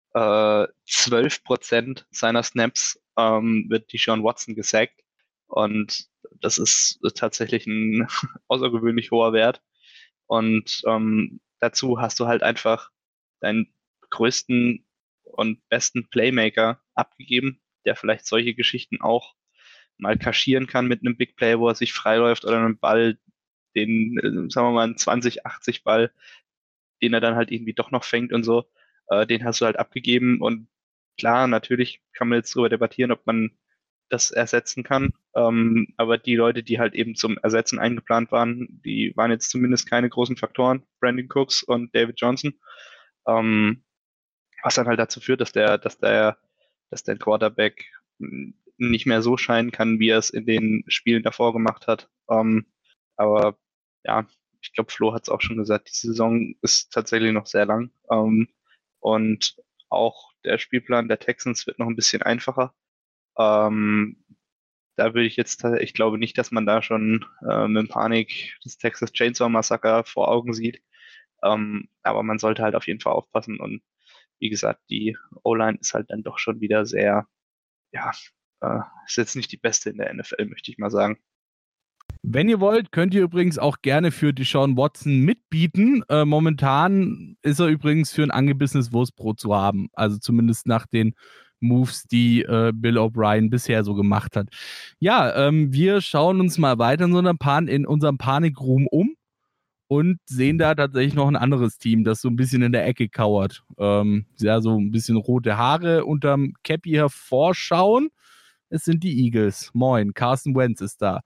12% seiner Snaps wird Deshaun Watson gesackt und das ist tatsächlich ein außergewöhnlich hoher Wert. Und dazu hast du halt einfach deinen größten und besten Playmaker abgegeben, der vielleicht solche Geschichten auch mal kaschieren kann mit einem Big Play, wo er sich freiläuft oder einem Ball, den, sagen wir mal, einen 20-80 Ball, den er dann halt irgendwie doch noch fängt und so, den hast du halt abgegeben und klar, natürlich kann man jetzt darüber debattieren, ob man das ersetzen kann. Aber die Leute, die halt eben zum Ersetzen eingeplant waren, die waren jetzt zumindest keine großen Faktoren. Brandon Cooks und David Johnson. Was dann halt dazu führt, dass der Quarterback nicht mehr so scheinen kann, wie er es in den Spielen davor gemacht hat. Aber ja, ich glaube, Flo hat es auch schon gesagt, die Saison ist tatsächlich noch sehr lang. Und auch der Spielplan der Texans wird noch ein bisschen einfacher. Ähm, Da würde ich glaube nicht, dass man da schon mit Panik das Texas Chainsaw Massacre vor Augen sieht. Aber man sollte halt auf jeden Fall aufpassen. Und wie gesagt, die O-Line ist halt dann doch schon wieder sehr, ja, ist jetzt nicht die beste in der NFL, möchte ich mal sagen. Wenn ihr wollt, könnt ihr übrigens auch gerne für Deshaun Watson mitbieten. Momentan ist er übrigens für ein angebissenes Wurstbrot zu haben. Also zumindest nach den Moves, die Bill O'Brien bisher so gemacht hat. Ja, wir schauen uns mal weiter in unserem Panikroom um und sehen da tatsächlich noch ein anderes Team, das so ein bisschen in der Ecke kauert. Ja, so ein bisschen rote Haare unterm Cappy hervorschauen. Es sind die Eagles. Moin, Carson Wentz ist da.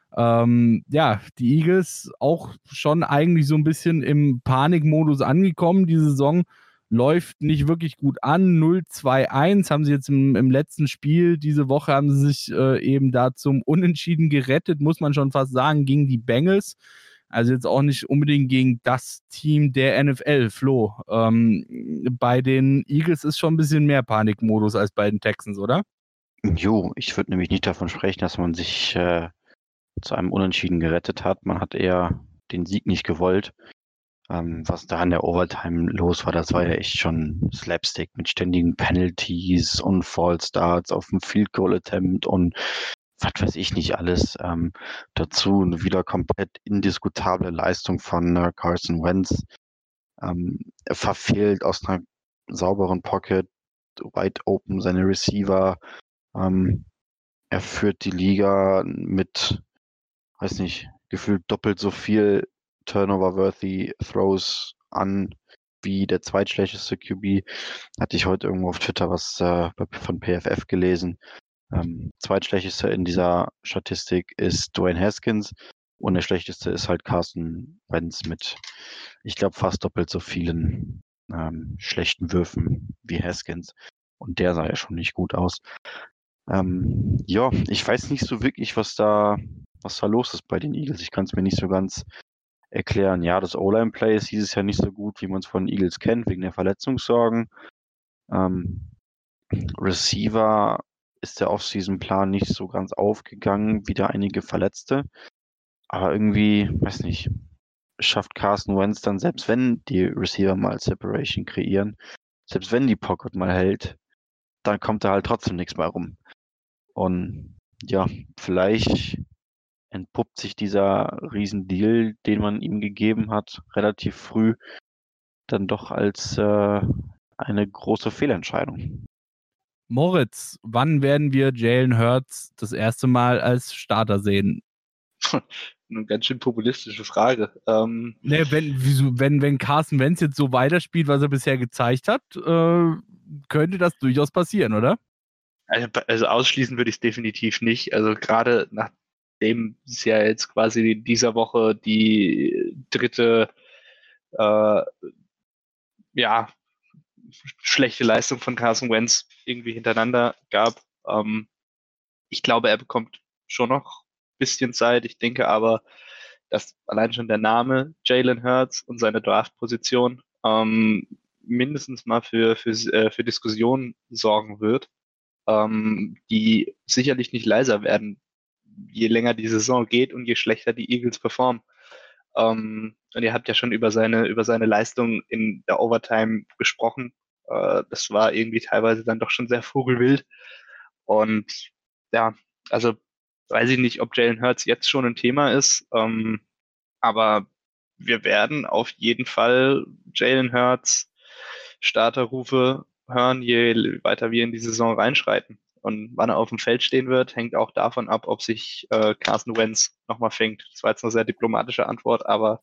Ja, die Eagles auch schon eigentlich so ein bisschen im Panikmodus angekommen. Die Saison läuft nicht wirklich gut an. 0-2-1 haben sie jetzt im letzten Spiel diese Woche haben sie sich eben da zum Unentschieden gerettet, muss man schon fast sagen, gegen die Bengals. Also jetzt auch nicht unbedingt gegen das Team der NFL, Flo. Bei den Eagles ist schon ein bisschen mehr Panikmodus als bei den Texans, oder? Jo, ich würde nämlich nicht davon sprechen, dass man sich zu einem Unentschieden gerettet hat. Man hat eher den Sieg nicht gewollt. Was da in der Overtime los war, das war ja echt schon Slapstick mit ständigen Penalties und False Starts auf dem Field Goal Attempt und was weiß ich nicht alles. Dazu eine wieder komplett indiskutable Leistung von Carson Wentz. Er verfehlt aus einer sauberen Pocket, wide open seine Receiver. Er führt die Liga mit, weiß nicht, gefühlt doppelt so viel Turnover-worthy Throws an wie der zweitschlechteste QB. Hatte ich heute irgendwo auf Twitter was von PFF gelesen. Zweitschlechteste in dieser Statistik ist Dwayne Haskins und der schlechteste ist halt Carson Wentz mit, ich glaube, fast doppelt so vielen schlechten Würfen wie Haskins. Und der sah ja schon nicht gut aus. Ja, ich weiß nicht so wirklich, was da los ist bei den Eagles. Ich kann es mir nicht so ganz erklären. Ja, das O-Line-Play ist dieses Jahr nicht so gut, wie man es von den Eagles kennt, wegen der Verletzungssorgen. Receiver ist der Off-Season-Plan nicht so ganz aufgegangen, wieder einige Verletzte. Aber irgendwie, weiß nicht, schafft Carson Wentz dann, selbst wenn die Receiver mal Separation kreieren, selbst wenn die Pocket mal hält, dann kommt da halt trotzdem nichts mehr rum. Und ja, vielleicht entpuppt sich dieser Riesendeal, den man ihm gegeben hat, relativ früh, dann doch als eine große Fehlentscheidung. Moritz, wann werden wir Jalen Hurts das erste Mal als Starter sehen? Eine ganz schön populistische Frage. Ne, wenn Carson Wentz jetzt so weiterspielt, was er bisher gezeigt hat, könnte das durchaus passieren, oder? Also ausschließen würde ich es definitiv nicht. Also gerade nachdem es ja jetzt quasi in dieser Woche die dritte ja, schlechte Leistung von Carson Wentz irgendwie hintereinander gab. Ich glaube, er bekommt schon noch ein bisschen Zeit. Ich denke aber, dass allein schon der Name Jalen Hurts und seine Draftposition mindestens mal für Diskussionen sorgen wird, die sicherlich nicht leiser werden, je länger die Saison geht und je schlechter die Eagles performen. Und ihr habt ja schon über seine Leistung in der Overtime gesprochen. Das war irgendwie teilweise dann doch schon sehr vogelwild. Und ja, also weiß ich nicht, ob Jalen Hurts jetzt schon ein Thema ist, aber wir werden auf jeden Fall Jalen Hurts Starterrufe hören, je weiter wir in die Saison reinschreiten. Und wann er auf dem Feld stehen wird, hängt auch davon ab, ob sich Carson Wentz nochmal fängt. Das war jetzt eine sehr diplomatische Antwort, aber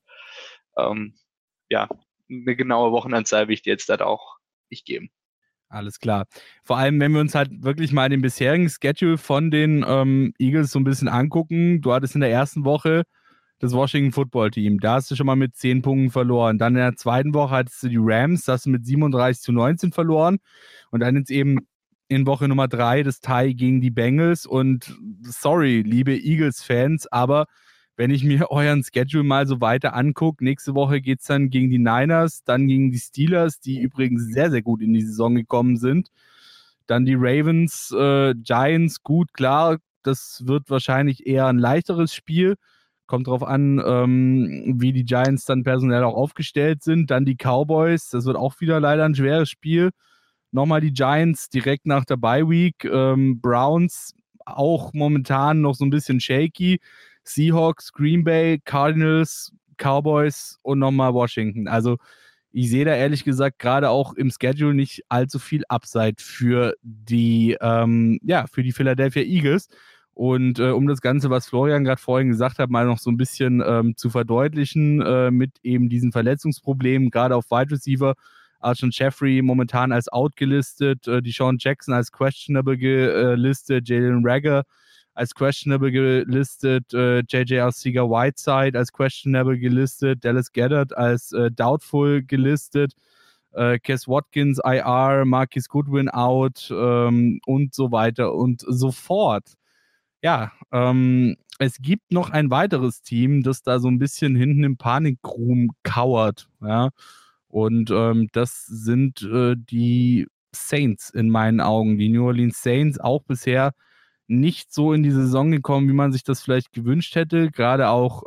ja, eine genaue Wochenanzahl will ich dir jetzt halt auch nicht geben. Alles klar. Vor allem, wenn wir uns halt wirklich mal den bisherigen Schedule von den Eagles so ein bisschen angucken. Du hattest in der ersten Woche das Washington Football Team. Da hast du schon mal mit 10 Punkten verloren. Dann in der zweiten Woche hattest du die Rams, da hast du mit 37-19 verloren. Und dann jetzt eben in Woche Nummer 3 das Tie gegen die Bengals. Und sorry, liebe Eagles-Fans, aber wenn ich mir euren Schedule mal so weiter angucke, nächste Woche geht es dann gegen die Niners, dann gegen die Steelers, die übrigens sehr, sehr gut in die Saison gekommen sind. Dann die Ravens, Giants, gut, klar, das wird wahrscheinlich eher ein leichteres Spiel. Kommt drauf an, wie die Giants dann personell auch aufgestellt sind. Dann die Cowboys, das wird auch wieder leider ein schweres Spiel. Nochmal die Giants direkt nach der Bye-Week. Browns auch momentan noch so ein bisschen shaky. Seahawks, Green Bay, Cardinals, Cowboys und nochmal Washington. Also ich sehe da ehrlich gesagt gerade auch im Schedule nicht allzu viel Upside für die Philadelphia Eagles. Und um das Ganze, was Florian gerade vorhin gesagt hat, mal noch so ein bisschen zu verdeutlichen mit eben diesen Verletzungsproblemen, gerade auf Wide Receiver, Alshon Jeffrey momentan als out gelistet, Deshaun Jackson als questionable gelistet, Jalen Reagor als questionable gelistet, J.J. Arcega-Whiteside als questionable gelistet, Dallas Goedert als doubtful gelistet, Kes Watkins IR, Marquise Goodwin out und so weiter und so fort. Ja, es gibt noch ein weiteres Team, das da so ein bisschen hinten im Panikroom kauert, ja, und das sind die Saints in meinen Augen. Die New Orleans Saints auch bisher nicht so in die Saison gekommen, wie man sich das vielleicht gewünscht hätte. Gerade auch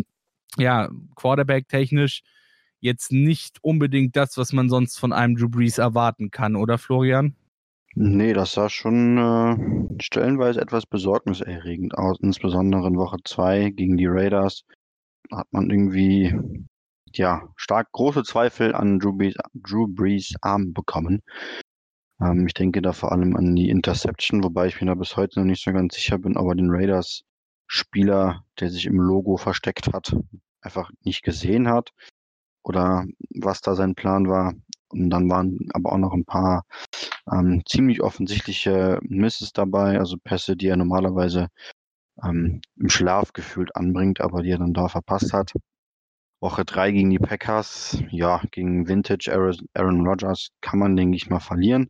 Quarterback-technisch jetzt nicht unbedingt das, was man sonst von einem Drew Brees erwarten kann, oder Florian? Nee, das sah schon stellenweise etwas besorgniserregend aus. Insbesondere in Woche 2 gegen die Raiders hat man irgendwie stark große Zweifel an Drew Brees Arm bekommen. Ich denke da vor allem an die Interception, wobei ich mir da bis heute noch nicht so ganz sicher bin, ob er den Raiders-Spieler, der sich im Logo versteckt hat, einfach nicht gesehen hat oder was da sein Plan war. Und dann waren aber auch noch ein paar ziemlich offensichtliche Misses dabei, also Pässe, die er normalerweise im Schlaf gefühlt anbringt, aber die er dann da verpasst hat. Woche 3 gegen die Packers, ja, gegen Vintage Aaron Rodgers kann man, denke ich mal, verlieren.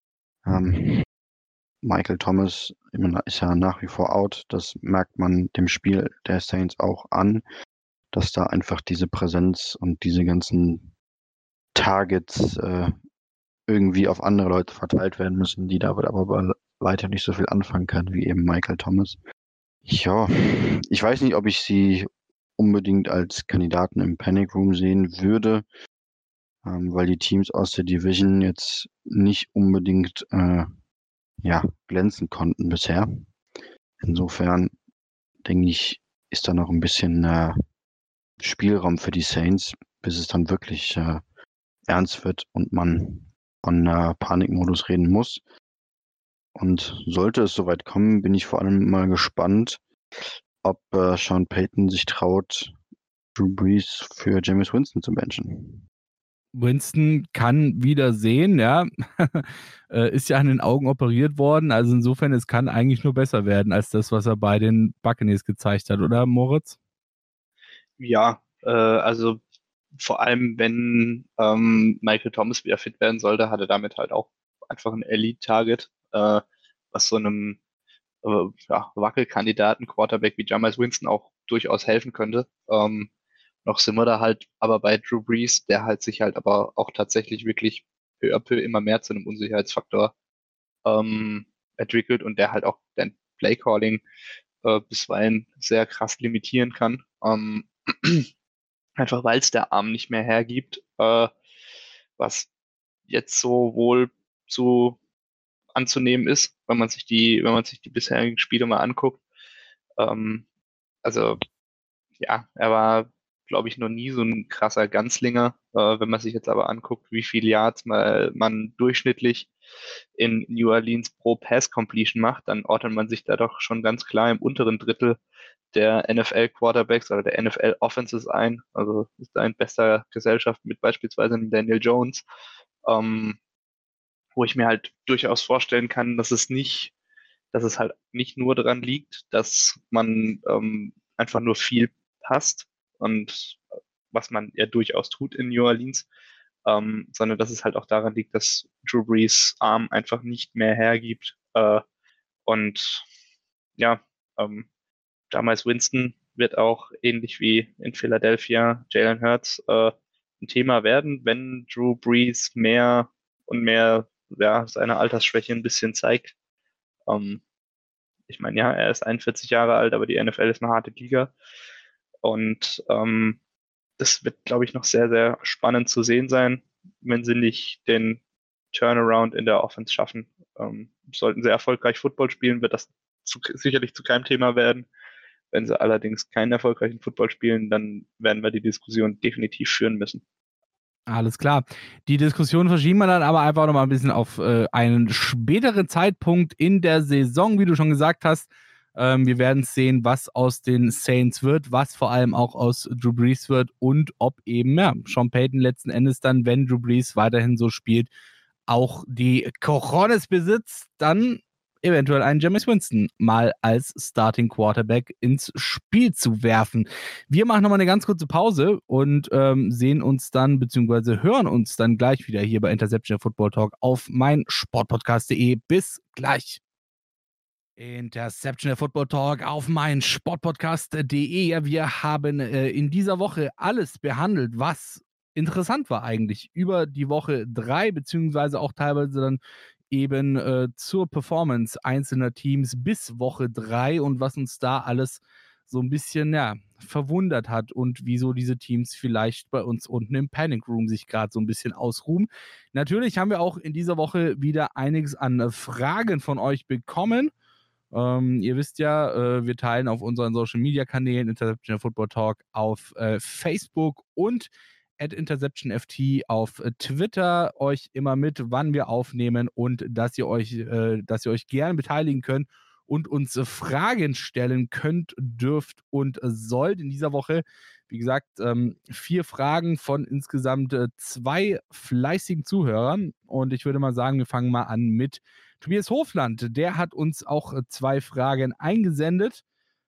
Michael Thomas ist ja nach wie vor out. Das merkt man dem Spiel der Saints auch an, dass da einfach diese Präsenz und diese ganzen Targets irgendwie auf andere Leute verteilt werden müssen, die damit aber weiter nicht so viel anfangen können wie eben Michael Thomas. Ja, ich weiß nicht, ob ich sie unbedingt als Kandidaten im Panic Room sehen würde, weil die Teams aus der Division jetzt nicht unbedingt glänzen konnten bisher. Insofern denke ich, ist da noch ein bisschen Spielraum für die Saints, bis es dann wirklich ernst wird und man von Panikmodus reden muss. Und sollte es soweit kommen, bin ich vor allem mal gespannt, ob Sean Payton sich traut, Drew Brees für Jameis Winston zu benchen. Winston kann wieder sehen, ja. Ist ja an den Augen operiert worden. Also insofern, es kann eigentlich nur besser werden als das, was er bei den Buccaneers gezeigt hat, oder Moritz? Ja, also vor allem, wenn Michael Thomas wieder fit werden sollte, hat er damit halt auch einfach ein Elite-Target, was so einem Wackelkandidaten Quarterback wie Jameis Winston auch durchaus helfen könnte. Noch sind wir da halt aber bei Drew Brees, der halt sich halt aber auch tatsächlich wirklich peu à peu immer mehr zu einem Unsicherheitsfaktor entwickelt und der halt auch den Playcalling bisweilen sehr krass limitieren kann. Einfach weil es der Arm nicht mehr hergibt, was jetzt so wohl zu anzunehmen ist, wenn man sich die bisherigen Spiele mal anguckt. Ähm, also ja, er war, glaube ich, noch nie so ein krasser Ganzlinger. Wenn man sich jetzt aber anguckt, wie viele Yards man durchschnittlich in New Orleans pro Pass Completion macht, dann ordnet man sich da doch schon ganz klar im unteren Drittel der NFL Quarterbacks oder der NFL Offenses ein. Also ist da in bester Gesellschaft mit beispielsweise einem Daniel Jones, ähm, wo ich mir halt durchaus vorstellen kann, dass es halt nicht nur daran liegt, dass man einfach nur viel passt und was man ja durchaus tut in New Orleans, sondern dass es halt auch daran liegt, dass Drew Brees Arm einfach nicht mehr hergibt. Und ja, damals Winston wird auch ähnlich wie in Philadelphia Jalen Hurts ein Thema werden, wenn Drew Brees mehr und mehr seine Altersschwäche ein bisschen zeigt. Ähm, Ich meine, ja, er ist 41 Jahre alt, aber die NFL ist eine harte Liga. Und das wird, glaube ich, noch sehr, sehr spannend zu sehen sein, wenn sie nicht den Turnaround in der Offense schaffen. Sollten sie erfolgreich Football spielen, wird das sicherlich zu keinem Thema werden. Wenn sie allerdings keinen erfolgreichen Football spielen, dann werden wir die Diskussion definitiv führen müssen. Alles klar. Die Diskussion verschieben wir dann aber einfach nochmal ein bisschen auf einen späteren Zeitpunkt in der Saison, wie du schon gesagt hast. Wir werden sehen, was aus den Saints wird, was vor allem auch aus Drew Brees wird und ob eben Sean Payton letzten Endes dann, wenn Drew Brees weiterhin so spielt, auch die Cojones besitzt, dann eventuell einen Jameis Winston mal als Starting Quarterback ins Spiel zu werfen. Wir machen nochmal eine ganz kurze Pause und sehen uns dann, beziehungsweise hören uns dann gleich wieder hier bei Interception Football Talk auf meinsportpodcast.de. Bis gleich. Interception Football Talk auf meinsportpodcast.de. Ja, wir haben in dieser Woche alles behandelt, was interessant war eigentlich über die Woche 3, beziehungsweise auch teilweise dann eben zur Performance einzelner Teams bis Woche 3 und was uns da alles so ein bisschen verwundert hat und wieso diese Teams vielleicht bei uns unten im Panic Room sich gerade so ein bisschen ausruhen. Natürlich haben wir auch in dieser Woche wieder einiges an Fragen von euch bekommen. Ihr wisst ja, wir teilen auf unseren Social Media Kanälen Interception Football Talk auf Facebook und @InterceptionFT auf Twitter euch immer mit, wann wir aufnehmen und dass ihr euch gerne beteiligen könnt und uns Fragen stellen könnt, dürft und sollt. In dieser Woche, wie gesagt, 4 Fragen von insgesamt 2 fleißigen Zuhörern. Und ich würde mal sagen, wir fangen mal an mit Tobias Hofland. Der hat uns auch 2 Fragen eingesendet.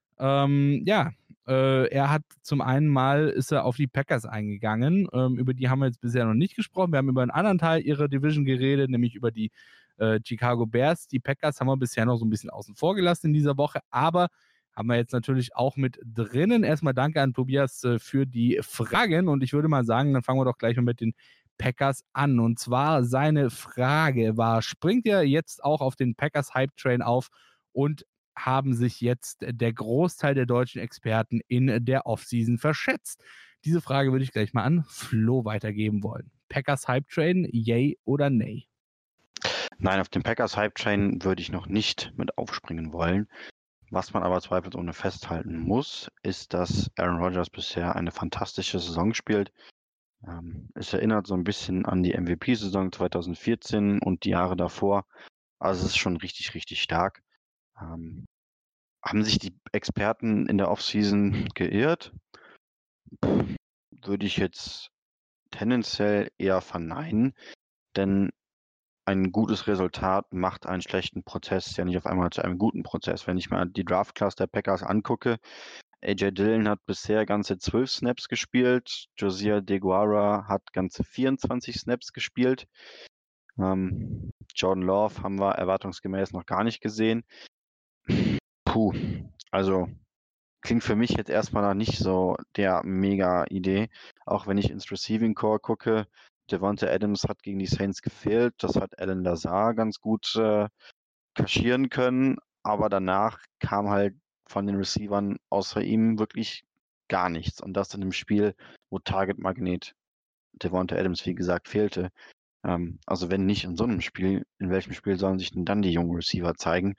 Er hat zum einen mal, ist er auf die Packers eingegangen. Über die haben wir jetzt bisher noch nicht gesprochen. Wir haben über einen anderen Teil ihrer Division geredet, nämlich über die Chicago Bears. Die Packers haben wir bisher noch so ein bisschen außen vor gelassen in dieser Woche, aber haben wir jetzt natürlich auch mit drinnen. Erstmal danke an Tobias für die Fragen und ich würde mal sagen, dann fangen wir doch gleich mal mit den Packers an. Und zwar seine Frage war, springt er jetzt auch auf den Packers Hype Train auf und haben sich jetzt der Großteil der deutschen Experten in der Offseason verschätzt? Diese Frage würde ich gleich mal an Flo weitergeben wollen. Packers Hype Train, yay oder nay? Nein, auf dem Packers Hype Train würde ich noch nicht mit aufspringen wollen. Was man aber zweifelsohne festhalten muss, ist, dass Aaron Rodgers bisher eine fantastische Saison spielt. Es erinnert so ein bisschen an die MVP-Saison 2014 und die Jahre davor. Also es ist schon richtig, richtig stark. Haben sich die Experten in der Offseason geirrt? Würde ich jetzt tendenziell eher verneinen, denn ein gutes Resultat macht einen schlechten Prozess ja nicht auf einmal zu einem guten Prozess. Wenn ich mal die Draft-Class der Packers angucke, AJ Dillon hat bisher ganze 12 Snaps gespielt, Josiah DeGuara hat ganze 24 Snaps gespielt. Jordan Love haben wir erwartungsgemäß noch gar nicht gesehen. Also klingt für mich jetzt erstmal noch nicht so der Mega-Idee. Auch wenn ich ins Receiving Core gucke, Devonta Adams hat gegen die Saints gefehlt. Das hat Alan Lazar ganz gut kaschieren können. Aber danach kam halt von den Receivern außer ihm wirklich gar nichts. Und das in einem Spiel, wo Target Magnet Devonta Adams, wie gesagt, fehlte. Also wenn nicht in so einem Spiel, in welchem Spiel sollen sich denn dann die jungen Receiver zeigen?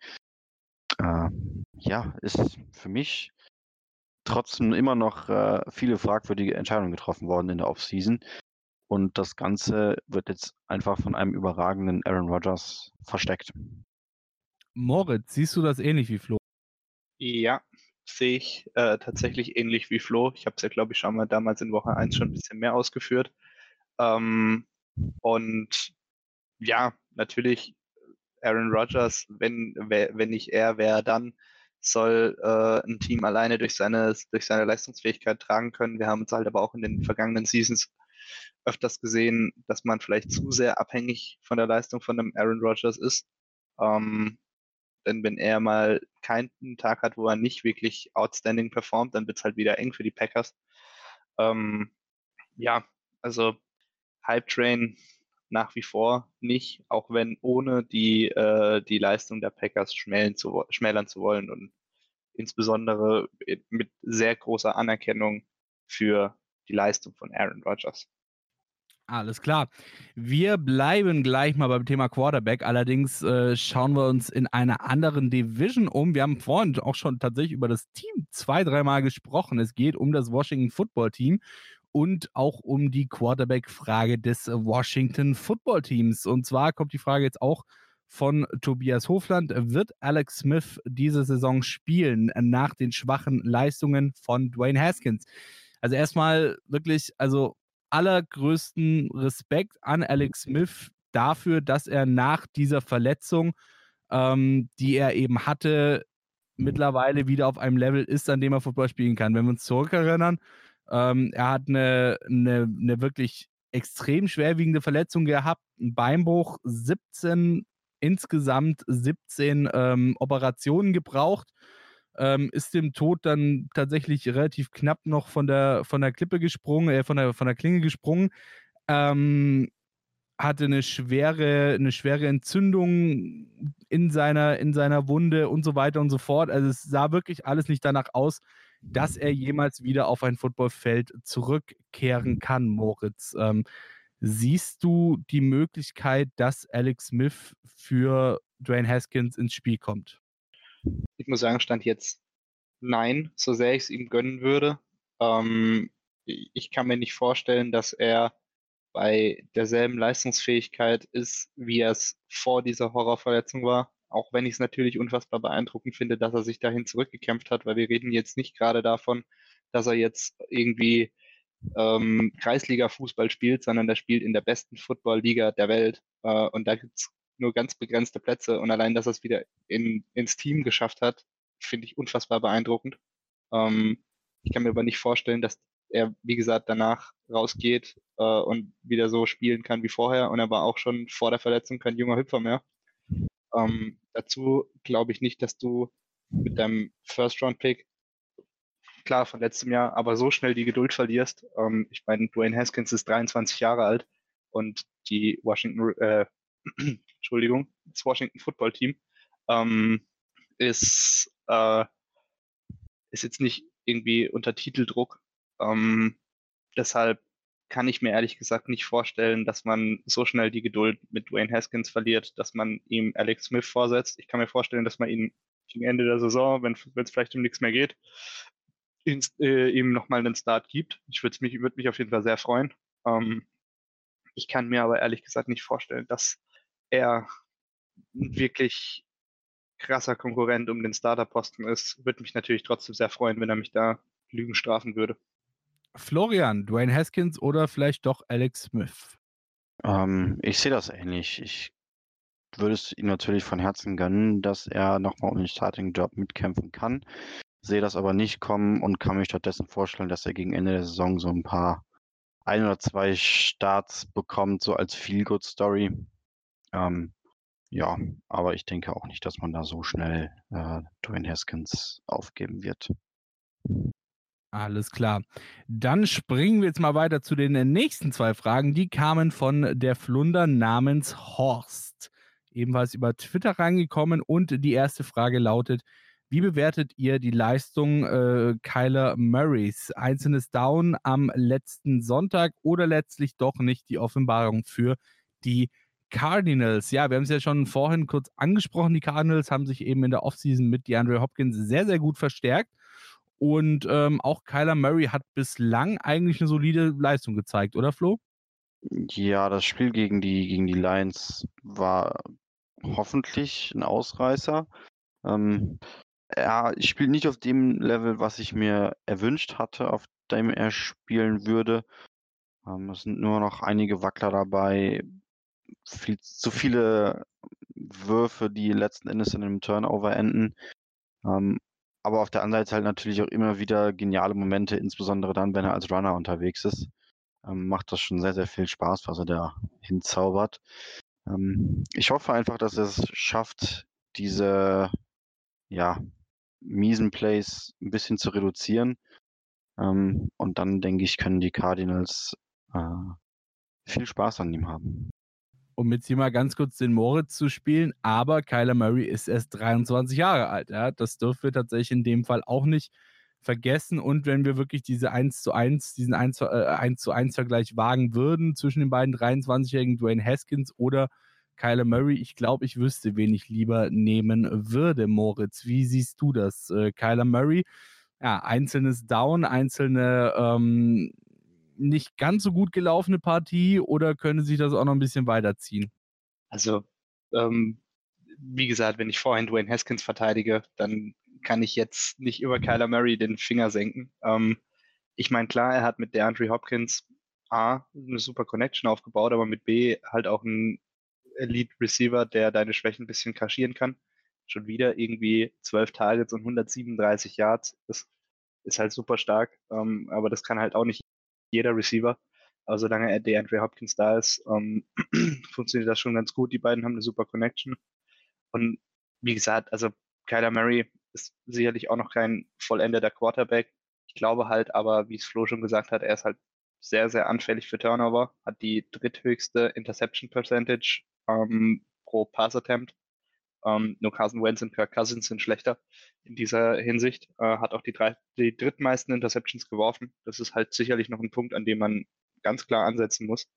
Ja, ist für mich trotzdem immer noch viele fragwürdige Entscheidungen getroffen worden in der Offseason. Und das Ganze wird jetzt einfach von einem überragenden Aaron Rodgers versteckt. Moritz, siehst du das ähnlich wie Flo? Ja, sehe ich tatsächlich ähnlich wie Flo. Ich habe es ja, glaube ich, schon mal damals in Woche 1 schon ein bisschen mehr ausgeführt. Und ja, natürlich Aaron Rodgers, wenn nicht er, wer dann, soll ein Team alleine durch seine Leistungsfähigkeit tragen können. Wir haben uns halt aber auch in den vergangenen Seasons öfters gesehen, dass man vielleicht zu sehr abhängig von der Leistung von einem Aaron Rodgers ist. Denn wenn er mal keinen Tag hat, wo er nicht wirklich outstanding performt, dann wird es halt wieder eng für die Packers. Ja, also Hype Train nach wie vor nicht, auch wenn ohne die Leistung der Packers schmälern zu wollen und insbesondere mit sehr großer Anerkennung für die Leistung von Aaron Rodgers. Alles klar. Wir bleiben gleich mal beim Thema Quarterback. Allerdings schauen wir uns in einer anderen Division um. Wir haben vorhin auch schon tatsächlich über das Team 2-3 Mal gesprochen. Es geht um das Washington Football Team und auch um die Quarterback-Frage des Washington Football Teams. Und zwar kommt die Frage jetzt auch von Tobias Hofland. Wird Alex Smith diese Saison spielen nach den schwachen Leistungen von Dwayne Haskins? Also erstmal wirklich, also allergrößten Respekt an Alex Smith dafür, dass er nach dieser Verletzung, die er eben hatte, mittlerweile wieder auf einem Level ist, an dem er Football spielen kann. Wenn wir uns zurückerinnern, er hat eine wirklich extrem schwerwiegende Verletzung gehabt, einen Beinbruch, insgesamt 17 Operationen gebraucht. Ist dem Tod dann tatsächlich relativ knapp noch von der Klippe gesprungen, von der Klinge gesprungen. Hatte eine schwere Entzündung in seiner Wunde und so weiter und so fort. Also es sah wirklich alles nicht danach aus, dass er jemals wieder auf ein Footballfeld zurückkehren kann, Moritz. Siehst du die Möglichkeit, dass Alex Smith für Dwayne Haskins ins Spiel kommt? Ich muss sagen, Stand jetzt nein, so sehr ich es ihm gönnen würde. Ich kann mir nicht vorstellen, dass er bei derselben Leistungsfähigkeit ist, wie er es vor dieser Horrorverletzung war. Auch wenn ich es natürlich unfassbar beeindruckend finde, dass er sich dahin zurückgekämpft hat, weil wir reden jetzt nicht gerade davon, dass er jetzt irgendwie Kreisliga-Fußball spielt, sondern der spielt in der besten Football-Liga der Welt. Und da gibt es nur ganz begrenzte Plätze. Und allein, dass er es wieder ins Team geschafft hat, finde ich unfassbar beeindruckend. Ich kann mir aber nicht vorstellen, dass er, wie gesagt, danach rausgeht und wieder so spielen kann wie vorher. Und er war auch schon vor der Verletzung kein junger Hüpfer mehr. Dazu glaube ich nicht, dass du mit deinem First-Round-Pick, klar von letztem Jahr, aber so schnell die Geduld verlierst. Ich meine, Dwayne Haskins ist 23 Jahre alt und die das Washington Football Team ist jetzt nicht irgendwie unter Titeldruck. Deshalb kann ich mir ehrlich gesagt nicht vorstellen, dass man so schnell die Geduld mit Dwayne Haskins verliert, dass man ihm Alex Smith vorsetzt. Ich kann mir vorstellen, dass man ihn gegen Ende der Saison, wenn es vielleicht um nichts mehr geht, ihm nochmal einen Start gibt. Ich würde mich auf jeden Fall sehr freuen. Ich kann mir aber ehrlich gesagt nicht vorstellen, dass er ein wirklich krasser Konkurrent um den Starterposten ist. Würde mich natürlich trotzdem sehr freuen, wenn er mich da Lügen strafen würde. Florian, Dwayne Haskins oder vielleicht doch Alex Smith? Ich sehe das ähnlich. Ich würde es ihm natürlich von Herzen gönnen, dass er nochmal um den Starting-Job mitkämpfen kann. Sehe das aber nicht kommen und kann mir stattdessen vorstellen, dass er gegen Ende der Saison so ein oder zwei Starts bekommt, so als Feel-Good-Story. Ja, aber ich denke auch nicht, dass man da so schnell Dwayne Haskins aufgeben wird. Alles klar. Dann springen wir jetzt mal weiter zu den nächsten 2 Fragen. Die kamen von der Flunder namens Horst. Ebenfalls über Twitter reingekommen und die erste Frage lautet: Wie bewertet ihr die Leistung Kyler Murrays? Einzelnes Down am letzten Sonntag oder letztlich doch nicht die Offenbarung für die Cardinals? Ja, wir haben es ja schon vorhin kurz angesprochen. Die Cardinals haben sich eben in der Offseason mit DeAndre Hopkins sehr, sehr gut verstärkt. Und auch Kyler Murray hat bislang eigentlich eine solide Leistung gezeigt, oder Flo? Ja, das Spiel gegen die Lions war hoffentlich ein Ausreißer. Er spielt nicht auf dem Level, was ich mir erwünscht hatte, auf dem er spielen würde. Es sind nur noch einige Wackler dabei, zu viele Würfe, die letzten Endes in einem Turnover enden. Aber auf der anderen Seite halt natürlich auch immer wieder geniale Momente, insbesondere dann, wenn er als Runner unterwegs ist. Macht das schon sehr, sehr viel Spaß, was er da hinzaubert. Ich hoffe einfach, dass er es schafft, diese miesen Plays ein bisschen zu reduzieren. Und dann, denke ich, können die Cardinals viel Spaß an ihm haben. Um jetzt hier mal ganz kurz den Moritz zu spielen, aber Kyler Murray ist erst 23 Jahre alt. Ja? Das dürfen wir tatsächlich in dem Fall auch nicht vergessen. Und wenn wir wirklich diesen 1:1 Vergleich wagen würden zwischen den beiden 23-jährigen Dwayne Haskins oder Kyler Murray, ich glaube, ich wüsste, wen ich lieber nehmen würde, Moritz. Wie siehst du das? Kyler Murray, ja, einzelnes Down, einzelne nicht ganz so gut gelaufene Partie oder könnte sich das auch noch ein bisschen weiterziehen? Also, wie gesagt, wenn ich vorhin Dwayne Haskins verteidige, dann kann ich jetzt nicht über Kyler Murray den Finger senken. Ich meine, klar, er hat mit DeAndre Hopkins A, eine super Connection aufgebaut, aber mit B halt auch einen Elite Receiver, der deine Schwächen ein bisschen kaschieren kann. Schon wieder irgendwie 12 Targets und 137 Yards. Das ist halt super stark. Aber das kann halt auch nicht jeder Receiver. Aber solange DeAndre Hopkins da ist, funktioniert das schon ganz gut. Die beiden haben eine super Connection. Und wie gesagt, also Kyler Murray ist sicherlich auch noch kein vollendeter Quarterback. Ich glaube halt aber, wie es Flo schon gesagt hat, er ist halt sehr, sehr anfällig für Turnover, hat die dritthöchste Interception Percentage pro Pass Attempt. Nur Carson Wentz und Kirk Cousins sind schlechter in dieser Hinsicht. Hat auch die drittmeisten Interceptions geworfen. Das ist halt sicherlich noch ein Punkt, an dem man ganz klar ansetzen muss.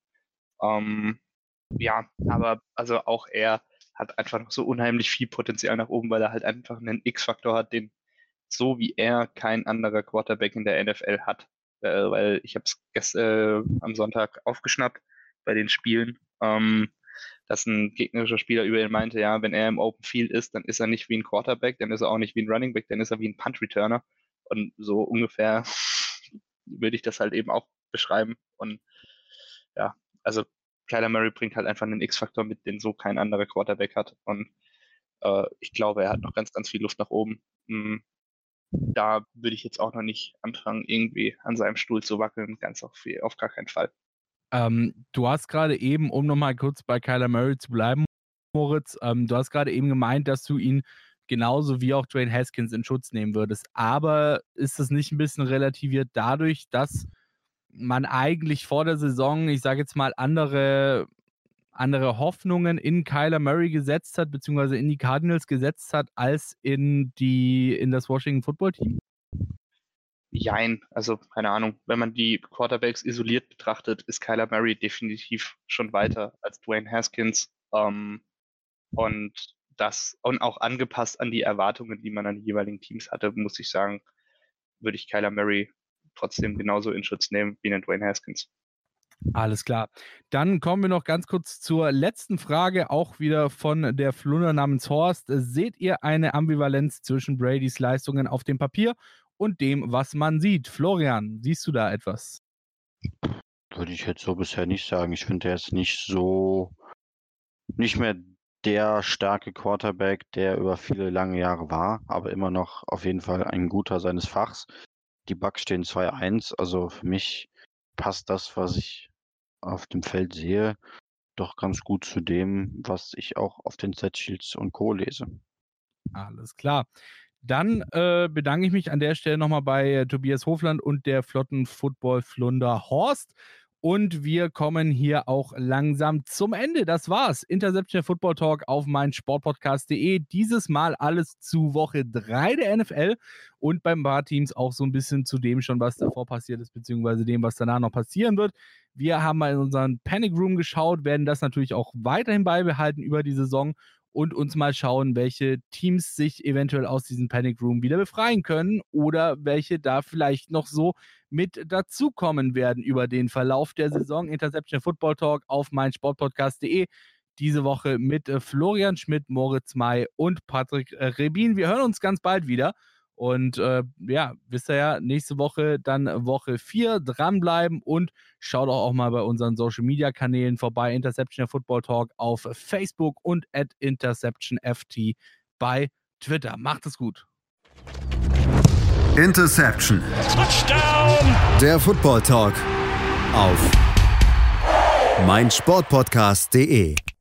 Ja, aber also auch er hat einfach noch so unheimlich viel Potenzial nach oben, weil er halt einfach einen X-Faktor hat, den so wie er kein anderer Quarterback in der NFL hat. Weil ich habe es am Sonntag aufgeschnappt bei den Spielen, dass ein gegnerischer Spieler über ihn meinte, ja, wenn er im Open Field ist, dann ist er nicht wie ein Quarterback, dann ist er auch nicht wie ein Running Back, dann ist er wie ein Punt Returner. Und so ungefähr würde ich das halt eben auch beschreiben. Und ja, also Kyler Murray bringt halt einfach einen X-Faktor mit, den so kein anderer Quarterback hat. Und ich glaube, er hat noch ganz, ganz viel Luft nach oben. Da würde ich jetzt auch noch nicht anfangen, irgendwie an seinem Stuhl zu wackeln, ganz auf gar keinen Fall. Du hast gerade eben, um nochmal kurz bei Kyler Murray zu bleiben, Moritz, du hast gerade eben gemeint, dass du ihn genauso wie auch Dwayne Haskins in Schutz nehmen würdest. Aber ist das nicht ein bisschen relativiert dadurch, dass man eigentlich vor der Saison, ich sage jetzt mal, andere Hoffnungen in Kyler Murray gesetzt hat, beziehungsweise in die Cardinals gesetzt hat, als in das Washington Football Team? Jein, also keine Ahnung. Wenn man die Quarterbacks isoliert betrachtet, ist Kyler Murray definitiv schon weiter als Dwayne Haskins. Und auch angepasst an die Erwartungen, die man an die jeweiligen Teams hatte, muss ich sagen, würde ich Kyler Murray trotzdem genauso in Schutz nehmen wie einen Dwayne Haskins. Alles klar. Dann kommen wir noch ganz kurz zur letzten Frage, auch wieder von der Flunder namens Horst. Seht ihr eine Ambivalenz zwischen Bradys Leistungen auf dem Papier und dem, was man sieht? Florian, siehst du da etwas? Würde ich jetzt so bisher nicht sagen. Ich finde, er ist nicht mehr der starke Quarterback, der über viele lange Jahre war, aber immer noch auf jeden Fall ein guter seines Fachs. Die Bucks stehen 2-1, also für mich passt das, was ich auf dem Feld sehe, doch ganz gut zu dem, was ich auch auf den Statsheets und Co. lese. Alles klar. Dann bedanke ich mich an der Stelle nochmal bei Tobias Hofland und der Flotten-Football-Flunder Horst. Und wir kommen hier auch langsam zum Ende. Das war's. Interception Football Talk auf meinsportpodcast.de. Dieses Mal alles zu Woche 3 der NFL und beim Bar-Teams auch so ein bisschen zu dem schon, was davor passiert ist, beziehungsweise dem, was danach noch passieren wird. Wir haben mal in unseren Panic Room geschaut, werden das natürlich auch weiterhin beibehalten über die Saison und uns mal schauen, welche Teams sich eventuell aus diesem Panic Room wieder befreien können oder welche da vielleicht noch so mit dazukommen werden über den Verlauf der Saison. Interception Football Talk auf meinsportpodcast.de. Diese Woche mit Florian Schmidt, Moritz May und Patrick Rebin. Wir hören uns ganz bald wieder. Und wisst ihr ja, nächste Woche dann Woche 4 dranbleiben und schaut auch mal bei unseren Social-Media-Kanälen vorbei. Interception Football Talk auf Facebook und @InterceptionFT bei Twitter. Macht es gut. Interception. Touchdown! Der Football Talk auf meinsportpodcast.de.